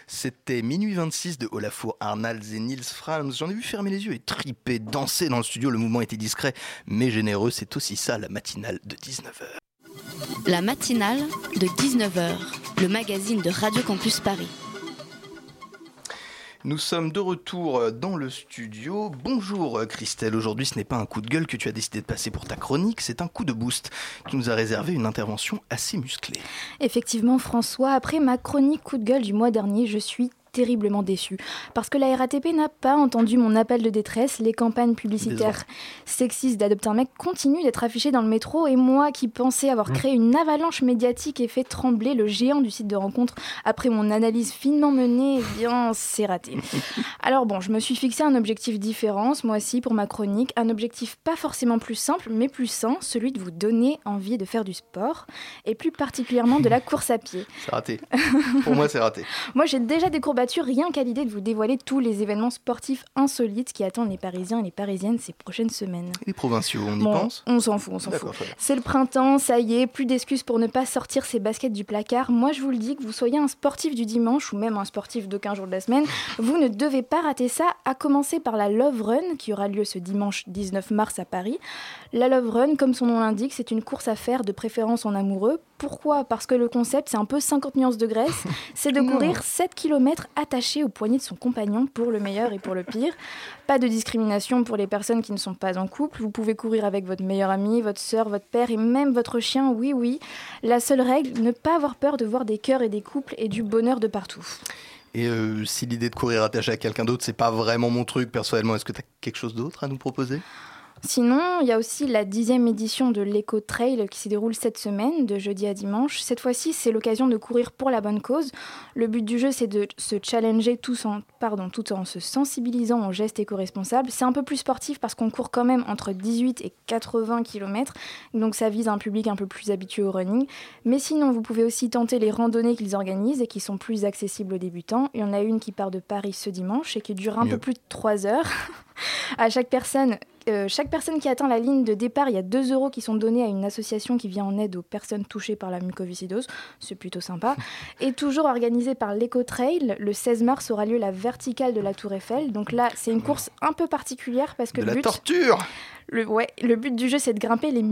F: C'était Minuit 26 de Olafur Arnalds et Nils Fransson. J'en ai vu fermer les yeux et triper, danser dans le studio. Le mouvement était discret mais généreux. C'est aussi ça la matinale de 19h.
A: La matinale de 19h, le magazine de Radio Campus Paris.
F: Nous sommes de retour dans le studio. Bonjour Christelle, aujourd'hui ce n'est pas un coup de gueule que tu as décidé de passer pour ta chronique, c'est un coup de boost qui nous a réservé une intervention assez musclée.
O: Effectivement François, après ma chronique coup de gueule du mois dernier, je suis terriblement déçue. Parce que la RATP n'a pas entendu mon appel de détresse. Les campagnes publicitaires sexistes d'Adopte un mec continuent d'être affichées dans le métro et moi qui pensais avoir créé une avalanche médiatique et fait trembler le géant du site de rencontre après mon analyse finement menée, eh bien c'est raté. Alors bon, je me suis fixé un objectif différent ce mois-ci pour ma chronique, un objectif pas forcément plus simple mais plus sain, celui de vous donner envie de faire du sport et plus particulièrement de la course à pied.
F: C'est raté. Pour moi c'est raté.
O: Moi j'ai déjà des courbatures rien qu'à l'idée de vous dévoiler tous les événements sportifs insolites qui attendent les Parisiens et les Parisiennes ces prochaines semaines.
F: Et les provinciaux, on y pense ?
O: On s'en fout. C'est le printemps, ça y est, plus d'excuses pour ne pas sortir ses baskets du placard. Moi je vous le dis, que vous soyez un sportif du dimanche ou même un sportif d'aucun jour de la semaine, vous ne devez pas rater ça, à commencer par la Love Run qui aura lieu ce dimanche 19 mars à Paris. La Love Run, comme son nom l'indique, c'est une course à faire de préférence en amoureux. Pourquoi ? Parce que le concept, c'est un peu 50 nuances de Grèce, c'est de courir 7 km attaché au poignet de son compagnon pour le meilleur et pour le pire. Pas de discrimination pour les personnes qui ne sont pas en couple. Vous pouvez courir avec votre meilleur ami, votre sœur, votre père et même votre chien, oui. La seule règle, ne pas avoir peur de voir des cœurs et des couples et du bonheur de partout.
F: Et si l'idée de courir attaché à quelqu'un d'autre, c'est pas vraiment mon truc personnellement, est-ce que tu as quelque chose d'autre à nous proposer ?
O: Sinon, il y a aussi la 10e édition de l'Eco Trail qui se déroule cette semaine, de jeudi à dimanche. Cette fois-ci, c'est l'occasion de courir pour la bonne cause. Le but du jeu, c'est de se challenger tout en se sensibilisant aux gestes éco-responsables. C'est un peu plus sportif parce qu'on court quand même entre 18 et 80 km, donc ça vise un public un peu plus habitué au running. Mais sinon, vous pouvez aussi tenter les randonnées qu'ils organisent et qui sont plus accessibles aux débutants. Il y en a une qui part de Paris ce dimanche et qui dure un peu plus de 3 heures. À chaque personne qui atteint la ligne de départ, il y a 2 € qui sont donnés à une association qui vient en aide aux personnes touchées par la mucoviscidose. C'est plutôt sympa. Et toujours organisé par l'Eco Trail, le 16 mars aura lieu la verticale de la Tour Eiffel. Donc là, c'est une course un peu particulière parce que
F: la torture.
O: Le but du jeu, c'est de grimper les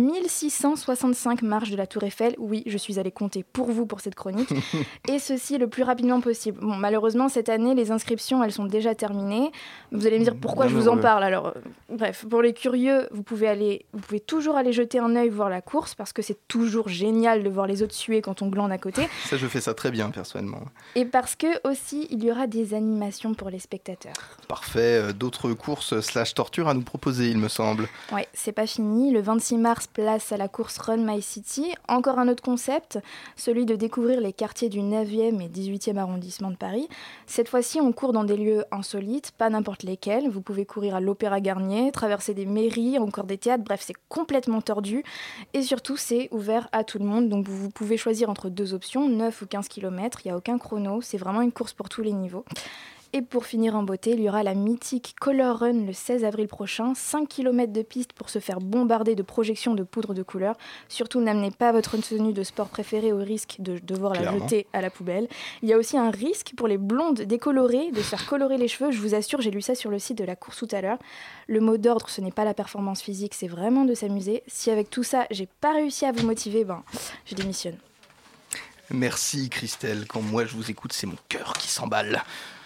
O: 1665 marches de la Tour Eiffel. Oui, je suis allée compter pour vous pour cette chronique. Et ceci le plus rapidement possible. Bon, malheureusement, cette année, les inscriptions, elles sont déjà terminées. Vous allez me dire pourquoi je vous en parle. Alors, bref, pour les curieux, vous pouvez toujours aller jeter un œil voir la course parce que c'est toujours génial de voir les autres suer quand on glande à côté.
F: Ça, je fais ça très bien, personnellement.
O: Et parce que, aussi, il y aura des animations pour les spectateurs.
F: Parfait. D'autres courses / torture à nous proposer, il me semble.
O: Ouais, c'est pas fini. Le 26 mars, place à la course Run My City. Encore un autre concept, celui de découvrir les quartiers du 9e et 18e arrondissement de Paris. Cette fois-ci, on court dans des lieux insolites, pas n'importe lesquels. Vous pouvez courir à l'Opéra Garnier, traverser des mairies, encore des théâtres. Bref, c'est complètement tordu. Et surtout, c'est ouvert à tout le monde. Donc, vous pouvez choisir entre 2 options, 9 ou 15 km. Il n'y a aucun chrono. C'est vraiment une course pour tous les niveaux. Et pour finir en beauté, il y aura la mythique Color Run le 16 avril prochain. 5 km de piste pour se faire bombarder de projections de poudre de couleur. Surtout, n'amenez pas votre tenue de sport préférée au risque de devoir la jeter à la poubelle. Il y a aussi un risque pour les blondes décolorées de se faire colorer les cheveux. Je vous assure, j'ai lu ça sur le site de la course tout à l'heure. Le mot d'ordre, ce n'est pas la performance physique, c'est vraiment de s'amuser. Si avec tout ça, j'ai pas réussi à vous motiver, je démissionne.
F: Merci Christelle. Quand moi je vous écoute, c'est mon cœur qui s'emballe.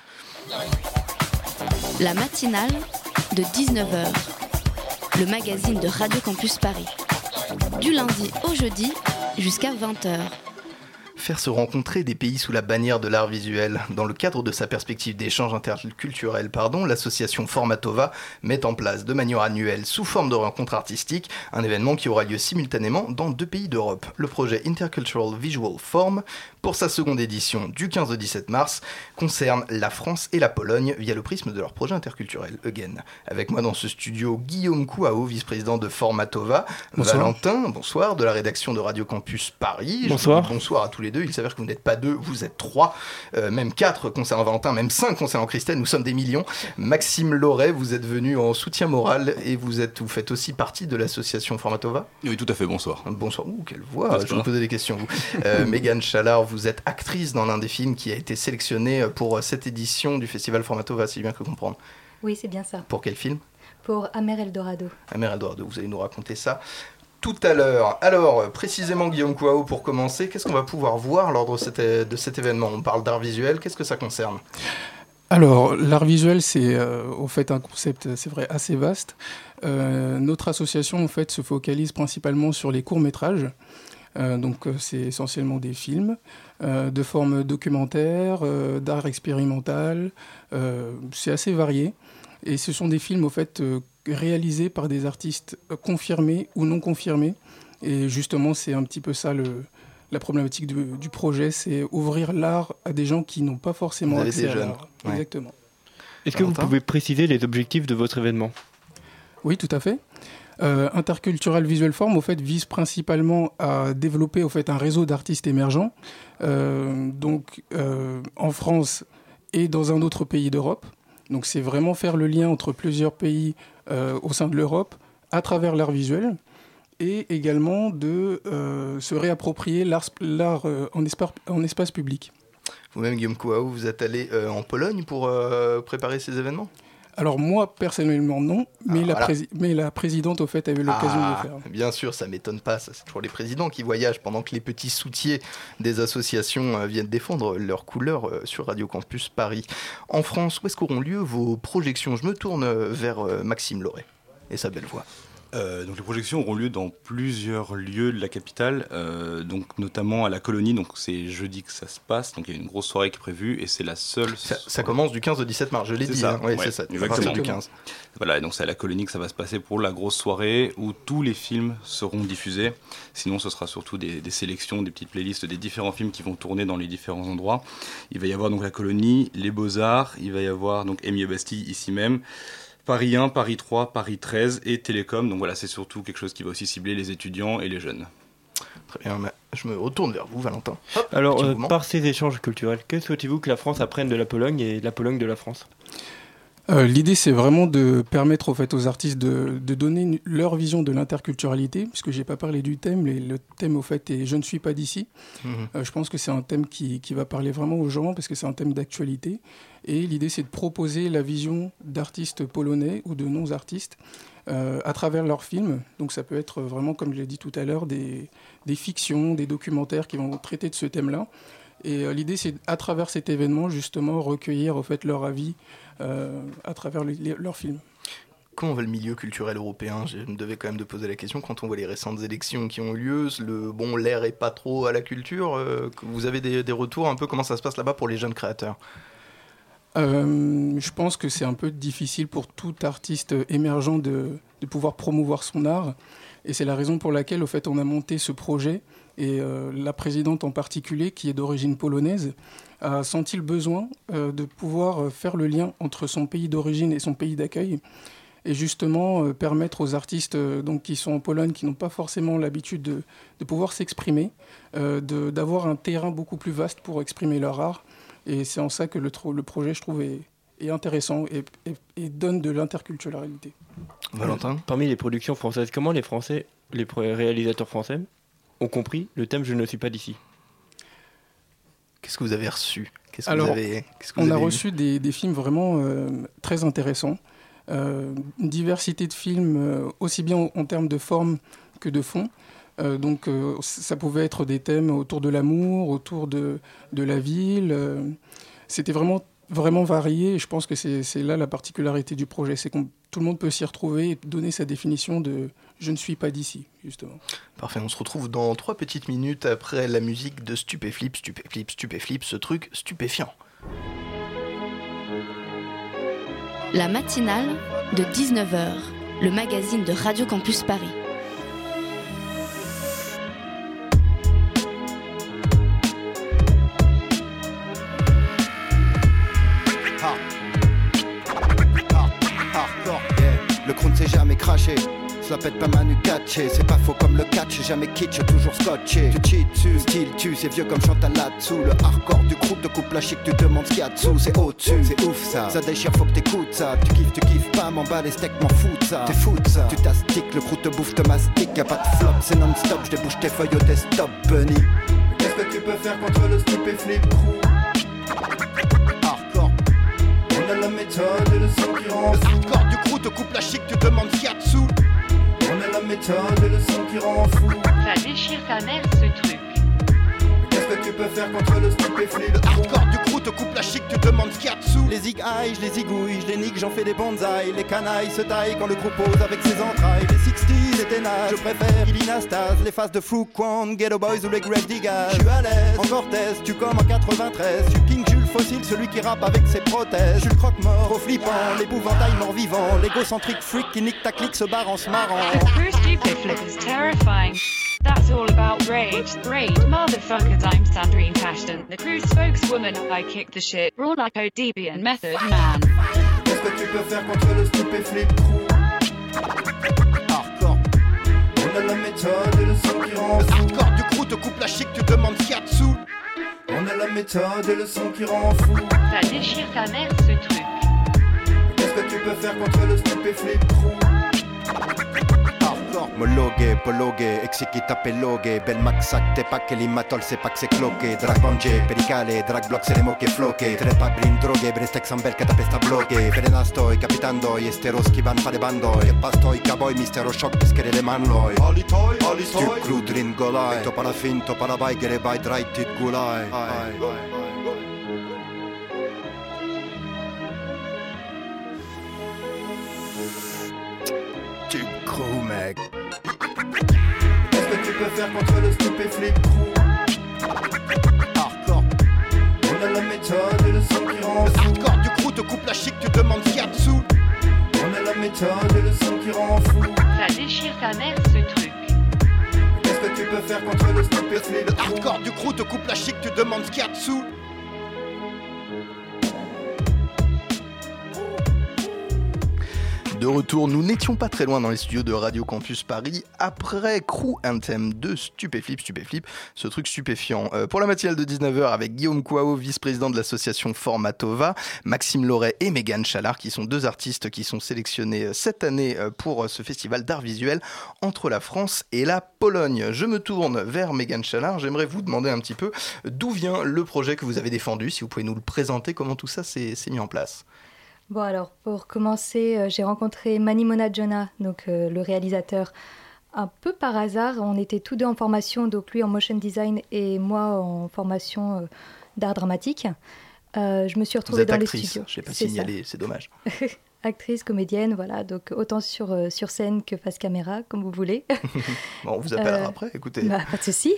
A: La matinale de 19h, le magazine de Radio Campus Paris. Du lundi au jeudi jusqu'à 20h.
F: Faire se rencontrer des pays sous la bannière de l'art visuel. Dans le cadre de sa perspective d'échange interculturel, l'association Formatova met en place de manière annuelle, sous forme de rencontre artistique, un événement qui aura lieu simultanément dans 2 pays d'Europe. Le projet Intercultural Visual Forum, pour sa seconde édition du 15 au 17 mars, concerne la France et la Pologne via le prisme de leur projet interculturel, Again. Avec moi dans ce studio, Guillaume Kouao, vice-président de Formatova.
P: Bonsoir.
F: Valentin, bonsoir, de la rédaction de Radio Campus Paris.
P: Bonsoir.
F: Bonsoir à tous les les deux. Il s'avère que vous n'êtes pas 2, vous êtes 3, même 4 concernant Valentin, même 5 concernant Christelle. Nous sommes des millions. Maxime Loret, vous êtes venu en soutien moral et vous faites aussi partie de l'association Formatova.
P: Oui, tout à fait, bonsoir.
F: Bonsoir, quelle voix, je vous posais des questions. Mégane Chalard, vous êtes actrice dans l'un des films qui a été sélectionné pour cette édition du festival Formatova, si j'ai bien cru comprendre.
Q: Oui, c'est bien ça.
F: Pour quel film ?
Q: Pour Amer Eldorado.
F: Amer Eldorado, vous allez nous raconter ça tout à l'heure. Alors, précisément, Guillaume Kouao, pour commencer, qu'est-ce qu'on va pouvoir voir lors de cet événement ? On parle d'art visuel, qu'est-ce que ça concerne ?
R: Alors, l'art visuel, c'est au fait un concept, c'est vrai, assez vaste. Notre association, en fait, se focalise principalement sur les courts-métrages. Donc, c'est essentiellement des films de forme documentaire, d'art expérimental. C'est assez varié. Et ce sont des films, au fait, réalisés par des artistes confirmés ou non confirmés. Et justement, c'est un petit peu ça la problématique du projet, c'est ouvrir l'art à des gens qui n'ont pas forcément accès à l'art.
F: Ouais.
R: Exactement.
S: Est-ce que vous pouvez préciser les objectifs de votre événement ?
R: Oui, tout à fait. Intercultural Visual Forum, au fait, vise principalement à développer, au fait, un réseau d'artistes émergents, en France et dans un autre pays d'Europe. Donc, c'est vraiment faire le lien entre plusieurs pays au sein de l'Europe à travers l'art visuel et également de se réapproprier l'art en espace public.
F: Vous-même, Guillaume Kouao, vous êtes allé en Pologne pour préparer ces événements ?
R: Alors moi, personnellement, non, mais la présidente, au fait, a eu l'occasion de le faire.
F: Bien sûr, ça ne m'étonne pas, ça, c'est toujours les présidents qui voyagent pendant que les petits soutiers des associations viennent défendre leurs couleurs sur Radio Campus Paris. En France, où est-ce qu'auront lieu vos projections ? Je me tourne vers Maxime Loret et sa belle voix.
P: Donc les projections auront lieu dans plusieurs lieux de la capitale, donc notamment à la Colonie, donc c'est jeudi que ça se passe, donc il y a une grosse soirée qui est prévue et c'est la seule...
F: Ça commence du 15 au 17 mars, je l'ai dit,
P: ça,
F: ouais, c'est ça,
P: exactement.
F: Du 15.
P: Voilà, et donc c'est à la Colonie que ça va se passer pour la grosse soirée où tous les films seront diffusés, sinon ce sera surtout des sélections, des petites playlists des différents films qui vont tourner dans les différents endroits. Il va y avoir donc la Colonie, les Beaux-Arts, il va y avoir donc Émile Bastille ici même, Paris 1, Paris 3, Paris 13 et Télécom. Donc voilà, c'est surtout quelque chose qui va aussi cibler les étudiants et les jeunes.
F: Très bien, je me retourne vers vous, Valentin.
S: Hop, alors, par ces échanges culturels, que souhaitez-vous que la France apprenne de la Pologne et la Pologne de la France ?
R: L'idée, c'est vraiment de permettre au fait, aux artistes de donner leur vision de l'interculturalité, puisque je n'ai pas parlé du thème. Le thème, au fait, est « Je ne suis pas d'ici ». Je pense que c'est un thème qui va parler vraiment aux gens, parce que c'est un thème d'actualité. Et l'idée, c'est de proposer la vision d'artistes polonais ou de non-artistes à travers leurs films. Donc ça peut être vraiment, comme je l'ai dit tout à l'heure, des fictions, des documentaires qui vont traiter de ce thème-là. Et l'idée, c'est à travers cet événement, justement, recueillir au fait, leur avis à travers leurs films.
F: Comment va le milieu culturel européen ? Je me devais quand même de poser la question, quand on voit les récentes élections qui ont eu lieu, l'air est pas trop à la culture. Vous avez des retours un peu, comment ça se passe là-bas pour les jeunes créateurs ?
R: Je pense que c'est un peu difficile pour tout artiste émergent de pouvoir promouvoir son art. Et c'est la raison pour laquelle, au fait, on a monté ce projet. Et la présidente en particulier, qui est d'origine polonaise, a senti le besoin de pouvoir faire le lien entre son pays d'origine et son pays d'accueil. Et justement, permettre aux artistes donc, qui sont en Pologne, qui n'ont pas forcément l'habitude de pouvoir s'exprimer, d'avoir un terrain beaucoup plus vaste pour exprimer leur art. Et c'est en ça que le projet, je trouve, est intéressant et donne de l'interculturalité.
F: Valentin ?
S: Parmi les productions françaises, comment les réalisateurs français ont compris le thème « Je ne suis pas d'ici ».
F: Qu'est-ce que vous avez reçu ?
R: On a reçu des films vraiment très intéressants. Une diversité de films, aussi bien en termes de forme que de fond. Donc ça pouvait être des thèmes autour de l'amour, autour de la ville. C'était vraiment varié et je pense que c'est là la particularité du projet. C'est que tout le monde peut s'y retrouver et donner sa définition de « je ne suis pas d'ici », justement.
F: Parfait, on se retrouve dans 3 petites minutes après la musique de Stupéflip, ce truc stupéfiant.
A: La matinale de 19h, le magazine de Radio Campus Paris.
T: Le crew ne s'est jamais craché. la pète pas Manu Katché. C'est pas faux comme le catch, jamais kitsch, toujours scotché. Tu cheats dessus, style tu, c'est vieux comme Chantal là-dessous. Le hardcore du groupe te coupe la chic, tu te demandes ce qu'il y a dessous. C'est au-dessus, c'est ouf ça, ça déchire, faut que t'écoutes ça. Tu kiffes pas, m'en bats les steaks, m'en fous de ça. T'es fou de ça, tu t'astiques, le crew te bouffe, te mastique. Y'a pas de flop, c'est non-stop, je débouche tes feuilles au desktop, bunny.
N: Qu'est-ce que tu peux faire contre le stupéflip crew?
T: Hardcore.
N: On a la méthode et le son qui rend fou.
T: Hardcore du crew te coupe la chic, tu te demandes ce qu'il y a dessous.
N: On a la méthode et le son qui rend fou.
H: Ça déchire ta mère ce truc.
N: Qu'est-ce que tu peux faire contre le stupéflip?
T: Le hardcore du crew te coupe la chic, tu te demandes ce qu'il y a dessous. Les zig-aïe, je les zigouille, je les nique, j'en fais des bonsaïs. Les canailles se taillent quand le crew pose avec ses entrailles. Les 60s étaient nages, je préfère Ilinastase. Les faces de Fou Kwang, Ghetto Boys ou les Grave Diggers. Je suis à l'aise, en Cortez, tu comme en 93. Je suis King Jules Fossile, celui qui rappe avec ses prothèses. Je suis le croque-mort, trop flippant, l'épouvantail mort-vivant. L'égocentrique freak qui nique ta clique se barre en se marrant.
U: The first stupéflip is terrifying. That's all about rage. Rage, motherfuckers, I'm Sandrine Ashton, the crew's spokeswoman. I kick the shit, raw like ODB and Method Man.
N: Qu'est-ce que tu peux faire contre le stupéflip crew?
T: Hardcore.
N: On a la méthode et le son qui rend fou.
T: Hardcore du crew te coupe la chic, tu te demandes ce qu'il y a dessous.
N: On a la méthode et le son qui rend fou.
H: Ça déchire ta mère ce truc.
N: Qu'est-ce que tu peux faire contre le stupéflip crew?
T: Mologue, pologue, exikita pelogue. Bel maxac, t'es pas que l'imatol, c'est pas que c'est cloqué. Drag bonge, pericale, drag block, se le moque floque. Trepa brin drogue, brestex ambel che tapesta bloque. Frenasto, capitando, y esteros qui van fa de bando. Que pasto, y cowboy, mistero shock, piskere le manloi.
N: Alitoy,
T: Stu crudrin golai. To para fin, to para vai, gere vai, draitit gulai. Tu crew, mec.
N: Qu'est-ce que tu peux faire contre le stupéflip crew?
T: Hardcore.
N: On a la méthode et le son qui rend fou.
T: Hardcore du crew te coupe la chic, tu te demandes ce qu'il y a dessous.
N: On a la méthode et le son qui rend fou.
H: Ça déchire ta mère ce truc.
N: Qu'est-ce que tu peux faire contre le stupéflip
T: Le
N: crew?
T: hardcore du crew te coupe la chic, tu te demandes ce qu'il y a dessous.
F: De retour, nous n'étions pas très loin dans les studios de Radio Campus Paris après Crew Anthem de Stupéflip, ce truc stupéfiant. Pour la matinale de 19h avec Guillaume Kouao, vice-président de l'association Formatova, Maxime Loret et Mégane Chalard qui sont deux artistes qui sont sélectionnés cette année pour ce festival d'art visuel entre la France et la Pologne. Je me tourne vers Mégane Chalard, j'aimerais vous demander un petit peu d'où vient le projet que vous avez défendu, si vous pouvez nous le présenter, comment tout ça s'est mis en place.
Q: Bon alors, pour commencer, j'ai rencontré Mani Monadjona, donc le réalisateur, un peu par hasard. On était tous deux en formation, donc lui en motion design et moi en formation d'art dramatique. Je me suis retrouvée dans
F: actrice,
Q: les studios.
F: Je ne sais pas signaler, c'est dommage.
Q: Actrice, comédienne, voilà, donc autant sur scène que face caméra, comme vous voulez.
F: Bon, on vous appellera après, écoutez.
Q: Bah, pas de souci.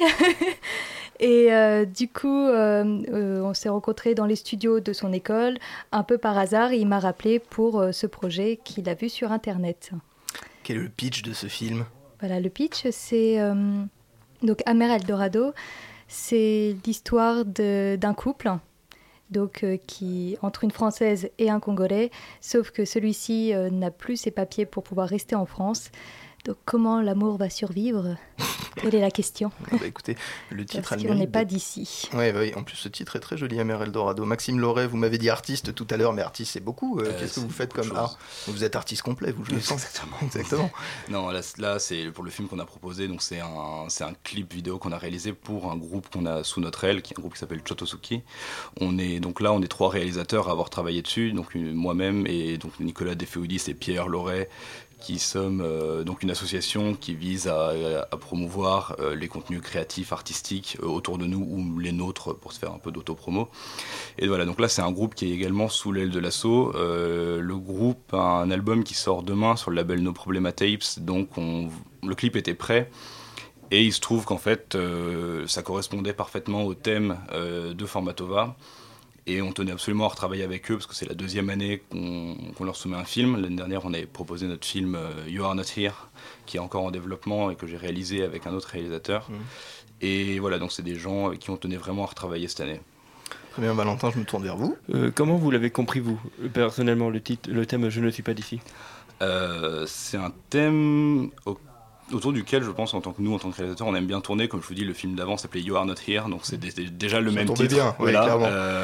Q: Et du coup, on s'est rencontrés dans les studios de son école, un peu par hasard, et il m'a rappelé pour ce projet qu'il a vu sur Internet.
F: Quel est le pitch de ce film ?
Q: Voilà, le pitch, c'est donc Amer Eldorado, c'est l'histoire d'un couple. Donc, qui, entre une Française et un Congolais, sauf que celui-ci n'a plus ses papiers pour pouvoir rester en France. Donc, comment l'amour va survivre ? Quelle est la question ?
F: Écoutez, le titre
Q: parce qu'on n'est pas d'ici.
F: Oui, en plus ce titre est très joli, Amer Eldorado. Maxime Loret, vous m'avez dit artiste tout à l'heure, mais artiste c'est beaucoup. Qu'est-ce que vous faites comme art ? Vous êtes artiste complet, vous, je le sens. Exactement.
P: Non, là c'est pour le film qu'on a proposé, donc c'est un clip vidéo qu'on a réalisé pour un groupe qu'on a sous notre aile, qui est un groupe qui s'appelle Chotosuki. On est trois réalisateurs à avoir travaillé dessus, donc moi-même et donc Nicolas Defeoudis et Pierre Loret, qui sommes donc une association qui vise à promouvoir les contenus créatifs, artistiques autour de nous ou les nôtres pour se faire un peu d'autopromo. Et voilà, donc là c'est un groupe qui est également sous l'aile de l'asso. Le groupe a un album qui sort demain sur le label No Problema Tapes, donc le clip était prêt. Et il se trouve qu'en fait ça correspondait parfaitement au thème de Formatova. Et on tenait absolument à retravailler avec eux parce que c'est la deuxième année qu'on leur soumet un film. L'année dernière, on avait proposé notre film You Are Not Here, qui est encore en développement et que j'ai réalisé avec un autre réalisateur. Et voilà, donc c'est des gens qui ont tenu vraiment à retravailler cette année.
F: Très bien, Valentin, je me tourne vers vous.
S: Comment vous l'avez compris, vous, personnellement, le thème « Je ne suis pas d'ici » ?
P: C'est un thème autour duquel je pense en tant que réalisateur on aime bien tourner. Comme je vous dis, le film d'avant s'appelait You Are Not Here, donc c'est déjà le même titre.
F: Bien,
P: voilà.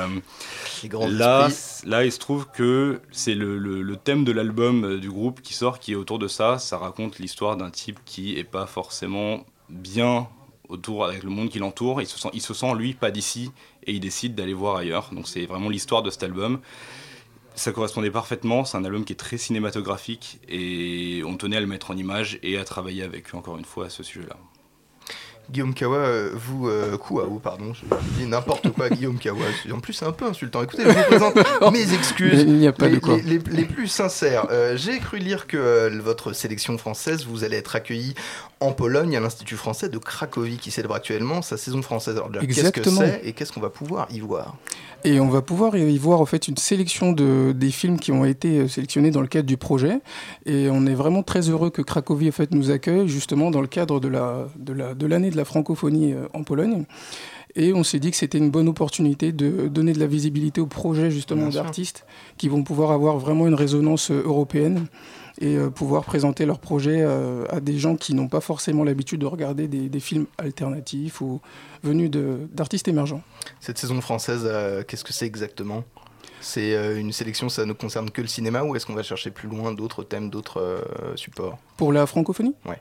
F: Là
P: il se trouve que c'est le thème de l'album du groupe qui sort, qui est autour de ça. Ça raconte l'histoire d'un type qui est pas forcément bien autour avec le monde qui l'entoure. Il se sent lui pas d'ici et il décide d'aller voir ailleurs. Donc c'est vraiment l'histoire de cet album. Ça correspondait parfaitement, c'est un album qui est très cinématographique et on tenait à le mettre en image et à travailler avec eux encore une fois à ce sujet-là.
F: Guillaume Kawa, pardon, je dis n'importe quoi, Guillaume Kawa. En plus, c'est un peu insultant. Écoutez, je vous présente mes excuses,
R: il n'y a pas de quoi.
F: Les plus sincères. J'ai cru lire que votre sélection française, vous allez être accueilli en Pologne à l'Institut français de Cracovie qui célèbre actuellement sa saison française. Alors déjà,
R: Exactement.
F: Qu'est-ce que c'est et qu'est-ce qu'on va pouvoir y voir ?
R: Et on va pouvoir y voir en fait une sélection des films qui ont été sélectionnés dans le cadre du projet. Et on est vraiment très heureux que Cracovie en fait, nous accueille justement dans le cadre de l'année de la francophonie en Pologne. Et on s'est dit que c'était une bonne opportunité de donner de la visibilité aux projets justement d'artistes qui vont pouvoir avoir vraiment une résonance européenne et pouvoir présenter leurs projets à des gens qui n'ont pas forcément l'habitude de regarder des films alternatifs ou venus d'artistes émergents.
F: Cette saison française, qu'est-ce que c'est exactement ? C'est une sélection, ça ne concerne que le cinéma ou est-ce qu'on va chercher plus loin d'autres thèmes, d'autres supports ?
R: Pour la francophonie ?
F: Ouais.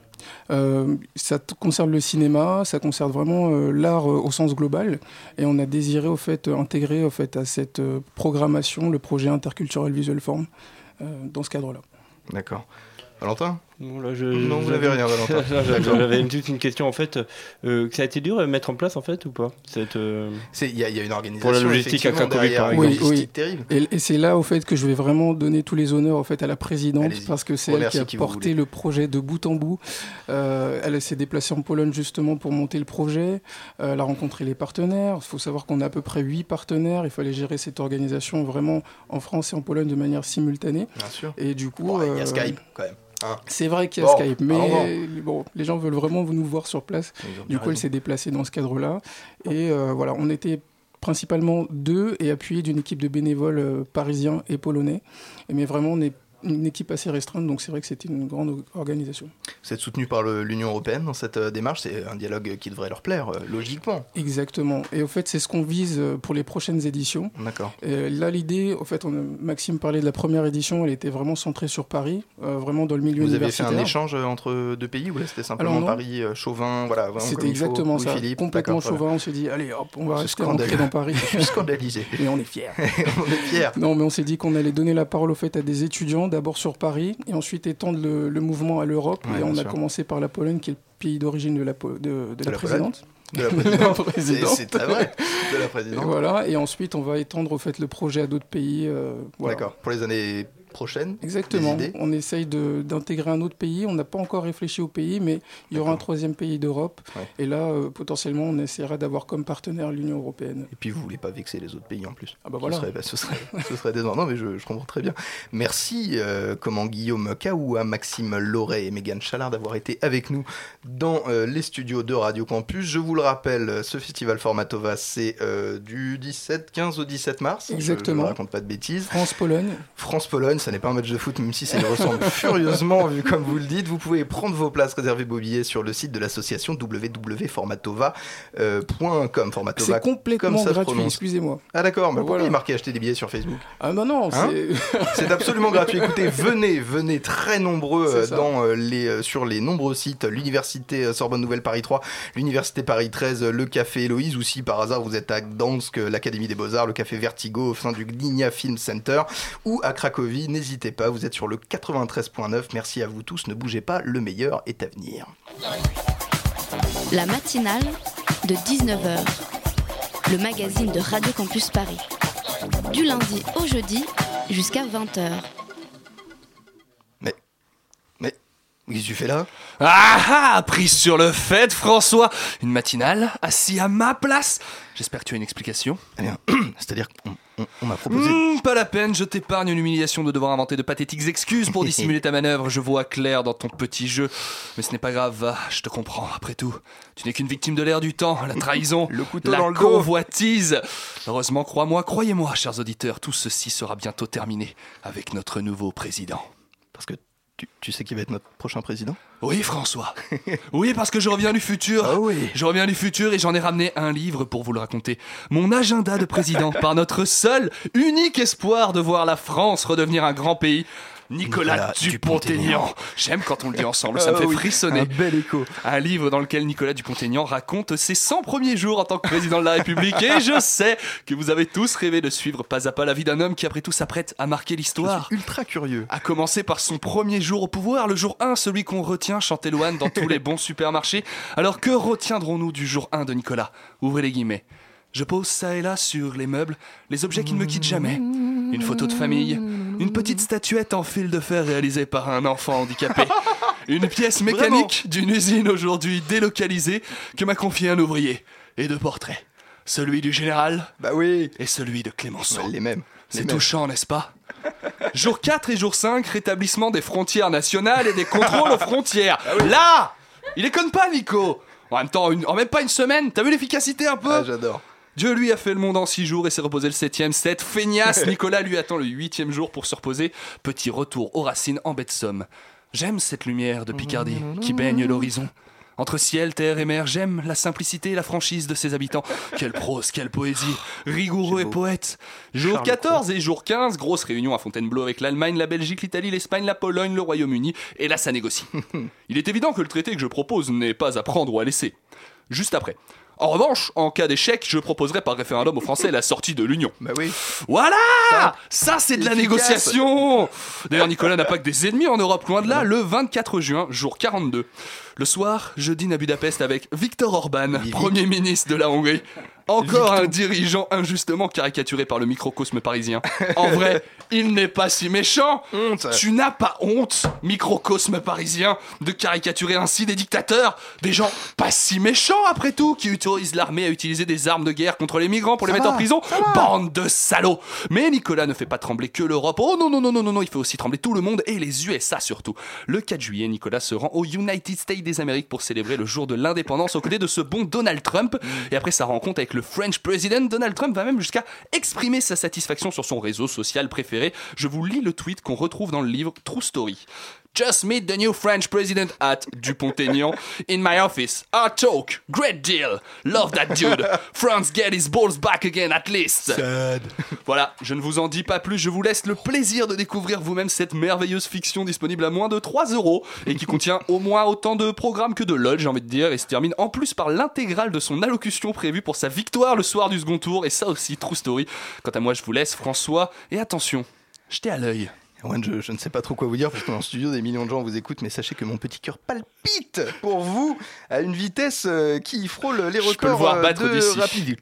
R: Ça concerne le cinéma, ça concerne vraiment l'art au sens global et on a désiré au fait, intégrer au fait, à cette programmation le projet Interculturel Visual Form dans ce cadre-là.
F: D'accord. Valentin ?
S: Non, là,
F: non, vous n'avez rien, Valentin.
S: J'avais une question en fait. Ça a été dur à mettre en place en fait ou pas ?
F: Il y a une organisation
S: pour la logistique à Cracovie par exemple.
R: Oui.
F: Terrible.
R: Et c'est là au fait que je vais vraiment donner tous les honneurs au fait à la présidente parce que c'est elle qui a porté le projet de bout en bout. Elle s'est déplacée en Pologne justement pour monter le projet. Elle a rencontré les partenaires. Il faut savoir qu'on a à peu près 8 partenaires. Il fallait gérer cette organisation vraiment en France et en Pologne de manière simultanée.
F: Bien sûr.
R: Et du coup,
F: il y a Skype quand même.
R: C'est vrai qu'il y a Skype, mais bon, les gens veulent vraiment nous voir sur place. Du coup, elle s'est déplacée dans ce cadre-là. Et voilà, on était principalement 2 et appuyés d'une équipe de bénévoles parisiens et polonais. Mais vraiment, on est une équipe assez restreinte, donc c'est vrai que c'était une grande organisation.
F: Vous êtes soutenu par l'Union européenne dans cette démarche, c'est un dialogue qui devrait leur plaire, logiquement.
R: Exactement, et au fait c'est ce qu'on vise pour les prochaines éditions.
F: D'accord.
R: Et là l'idée, au fait, Maxime parlait de la première édition, elle était vraiment centrée sur Paris, vraiment dans le milieu universitaire.
F: Vous avez fait un échange entre 2 pays ou là c'était simplement Paris, Chauvin, voilà, vraiment
R: c'était exactement ça,
F: Philippe,
R: complètement Chauvin, on s'est dit allez hop, on va rester ancré dans Paris.
F: Je suis scandalisé.
R: Mais on est fiers.
F: On est fiers.
R: Non mais on s'est dit qu'on allait donner la parole au fait à des étudiants, d'abord sur Paris, et ensuite étendre le mouvement à l'Europe. Et on a commencé par la Pologne, qui est le pays d'origine de la présidente.
F: De la présidente. C'est très vrai, de la présidente.
R: Et voilà, et ensuite on va étendre au fait, le projet à d'autres pays. Voilà.
F: D'accord, pour les années prochaines.
R: Exactement, on essaye d'intégrer un autre pays, on n'a pas encore réfléchi au pays, mais il y aura un 3e pays d'Europe, et là potentiellement on essaiera d'avoir comme partenaire l'Union Européenne.
F: Et puis vous voulez pas vexer les autres pays en plus.
R: Ah bah voilà.
F: Ce serait décevant. Non mais je comprends très bien. Merci Guillaume Kawa, Maxime Loret et Mégane Chalard d'avoir été avec nous dans les studios de Radio Campus. Je vous le rappelle, ce festival Formatova c'est du 15 au 17 mars.
R: Exactement.
F: Je ne raconte pas de bêtises.
R: France-Pologne.
F: Ça n'est pas un match de foot, même si ça y ressemble furieusement, vu comme vous le dites. Vous pouvez prendre vos places, réserver vos billets sur le site de l'association www.formatova.com. Formatova,
R: c'est complètement gratuit, excusez-moi.
F: Ah d'accord, mais pourquoi il est marqué acheter des billets sur Facebook ?
R: Ah non,
F: c'est absolument gratuit. Écoutez, venez très nombreux sur les nombreux sites, l'Université Sorbonne Nouvelle Paris 3, l'Université Paris 13, le Café Héloïse, ou si par hasard vous êtes à Gdansk, l'Académie des Beaux-Arts, le Café Vertigo au sein du Gdynia Film Center, ou à Cracovie. N'hésitez pas, vous êtes sur le 93.9. Merci à vous tous, ne bougez pas, le meilleur est à venir.
A: La matinale de 19h, le magazine de Radio Campus Paris. Du lundi au jeudi jusqu'à 20h.
F: Mais qu'est-ce que tu fais là ?
D: Prise sur le fait, François. Une matinale, assis à ma place. J'espère que tu as une explication.
F: Eh bien, c'est-à-dire qu'on m'a proposé...
D: Pas la peine, je t'épargne l'humiliation de devoir inventer de pathétiques excuses pour dissimuler ta manœuvre. Je vois clair dans ton petit jeu. Mais ce n'est pas grave, va, je te comprends. Après tout, tu n'es qu'une victime de l'air du temps, la trahison,
F: le couteau
D: la
F: dans le dos.
D: Convoitise. Heureusement, croyez-moi, chers auditeurs, tout ceci sera bientôt terminé avec notre nouveau président.
F: Parce que Tu sais qui va être notre prochain président ?
D: Oui, François. Oui, parce que je reviens du futur.
F: Ah oui.
D: Je reviens du futur et j'en ai ramené un livre pour vous le raconter. Mon agenda de président par notre seul, unique espoir de voir la France redevenir un grand pays. Nicolas Dupont-Aignan. J'aime quand on le dit ensemble, ça me fait frissonner.
F: Un bel écho.
D: Un livre dans lequel Nicolas Dupont-Aignan raconte ses 100 premiers jours en tant que président de la République. Et je sais que vous avez tous rêvé de suivre pas à pas la vie d'un homme qui après tout s'apprête à marquer l'histoire.
F: Je suis ultra curieux.
D: À commencer par son premier jour au pouvoir, le jour 1, celui qu'on retient chanter Loane dans tous les bons supermarchés. Alors que retiendrons-nous du jour 1 de Nicolas ? Ouvrez les guillemets. Je pose ça et là sur les meubles les objets qui ne me quittent jamais. Une photo de famille, une petite statuette en fil de fer réalisée par un enfant handicapé. Une pièce mécanique d'une usine aujourd'hui délocalisée que m'a confié un ouvrier. Et deux portraits. Celui du général et celui de Clémenceau.
F: Les mêmes.
D: C'est touchant, n'est-ce pas ? Jour 4 et jour 5, rétablissement des frontières nationales et des contrôles aux frontières. Là, il déconne pas, Nico. En même temps, en même pas une semaine, t'as vu l'efficacité un peu ?
F: Ah, j'adore.
D: Dieu lui a fait le monde en 6 jours et s'est reposé le 7e. Cette feignasse, Nicolas lui attend le 8e jour pour se reposer. Petit retour aux racines en baie de Somme. J'aime cette lumière de Picardie qui baigne l'horizon. Entre ciel, terre et mer, j'aime la simplicité et la franchise de ses habitants. Quelle prose, quelle poésie, rigoureux et poète. Jour 14 et jour 15, grosse réunion à Fontainebleau avec l'Allemagne, la Belgique, l'Italie, l'Espagne, la Pologne, le Royaume-Uni. Et là, ça négocie. Il est évident que le traité que je propose n'est pas à prendre ou à laisser. Juste après. En revanche, en cas d'échec, je proposerai par référendum aux Français la sortie de l'Union.
F: Bah oui.
D: Voilà ! Ça, c'est de la négociation. D'ailleurs, Nicolas n'a pas que des ennemis en Europe, loin de là. Le 24 juin, jour 42. Le soir, je dîne à Budapest avec Viktor Orban, Premier ministre de la Hongrie. Encore un dirigeant injustement caricaturé par le microcosme parisien. En vrai, il n'est pas si méchant. Tu n'as pas honte, microcosme parisien, de caricaturer ainsi des dictateurs, des gens pas si méchants après tout, qui autorisent l'armée à utiliser des armes de guerre contre les migrants pour les mettre en prison. Bande de salauds. Mais Nicolas ne fait pas trembler que l'Europe. Oh non, il fait aussi trembler tout le monde et les USA surtout. Le 4 juillet, Nicolas se rend au United States des Amériques pour célébrer le jour de l'indépendance aux côtés de ce bon Donald Trump. Et après sa rencontre avec le French President, Donald Trump va même jusqu'à exprimer sa satisfaction sur son réseau social préféré. Je vous lis le tweet qu'on retrouve dans le livre True Story. Just meet the new French president at Dupont-Aignan in my office. Our talk, great deal. Love that dude. France get his balls back again at least.
F: Sad.
D: Voilà, je ne vous en dis pas plus, je vous laisse le plaisir de découvrir vous-même cette merveilleuse fiction disponible à moins de 3€ et qui contient au moins autant de programmes que de LOL, j'ai envie de dire, et se termine en plus par l'intégrale de son allocution prévue pour sa victoire le soir du second tour, et ça aussi, True Story. Quant à moi, je vous laisse, François, et attention, jetez à l'œil.
F: Erwan, je ne sais pas trop quoi vous dire parce que dans le studio des millions de gens vous écoutent, mais sachez que mon petit cœur palpite pour vous à une vitesse qui frôle les records.
D: Je peux le voir battre d'ici.
F: Rapide.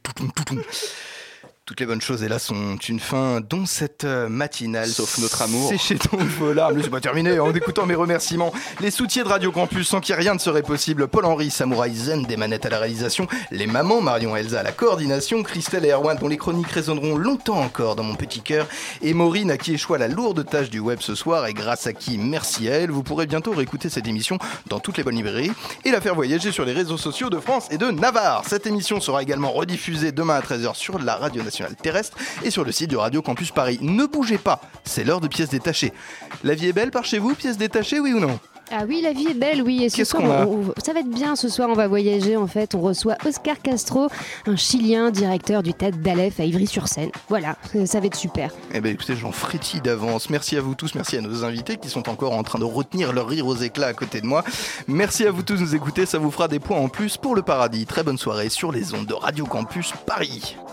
F: Toutes les bonnes choses, hélas, sont une fin, dont cette matinale.
D: Sauf notre amour.
F: Séchez donc vos larmes. C'est pas terminé. En écoutant mes remerciements, les soutiens de Radio Campus, sans qui rien ne serait possible. Paul-Henri, Samouraï Zen, des manettes à la réalisation. Les mamans, Marion et Elsa à la coordination. Christelle et Erwan, dont les chroniques résonneront longtemps encore dans mon petit cœur. Et Maureen, à qui échoit la lourde tâche du web ce soir. Et grâce à qui, merci à elle, vous pourrez bientôt réécouter cette émission dans toutes les bonnes librairies et la faire voyager sur les réseaux sociaux de France et de Navarre. Cette émission sera également rediffusée demain à 13h sur la radio nationale terrestre et sur le site de Radio Campus Paris. Ne bougez pas, c'est l'heure de pièces détachées. La vie est belle par chez vous, pièces détachées, oui ou non ?
E: Ah oui, la vie est belle, oui. Et ce soir, ça va être bien. Ce soir, on va voyager. En fait, on reçoit Oscar Castro, un Chilien, directeur du Théâtre d'Aleph à Ivry-sur-Seine. Voilà, ça va être super.
F: Eh bien, écoutez, j'en frétille d'avance. Merci à vous tous, merci à nos invités qui sont encore en train de retenir leur rire aux éclats à côté de moi. Merci à vous tous de nous écouter, ça vous fera des points en plus pour le paradis. Très bonne soirée sur les ondes de Radio Campus Paris.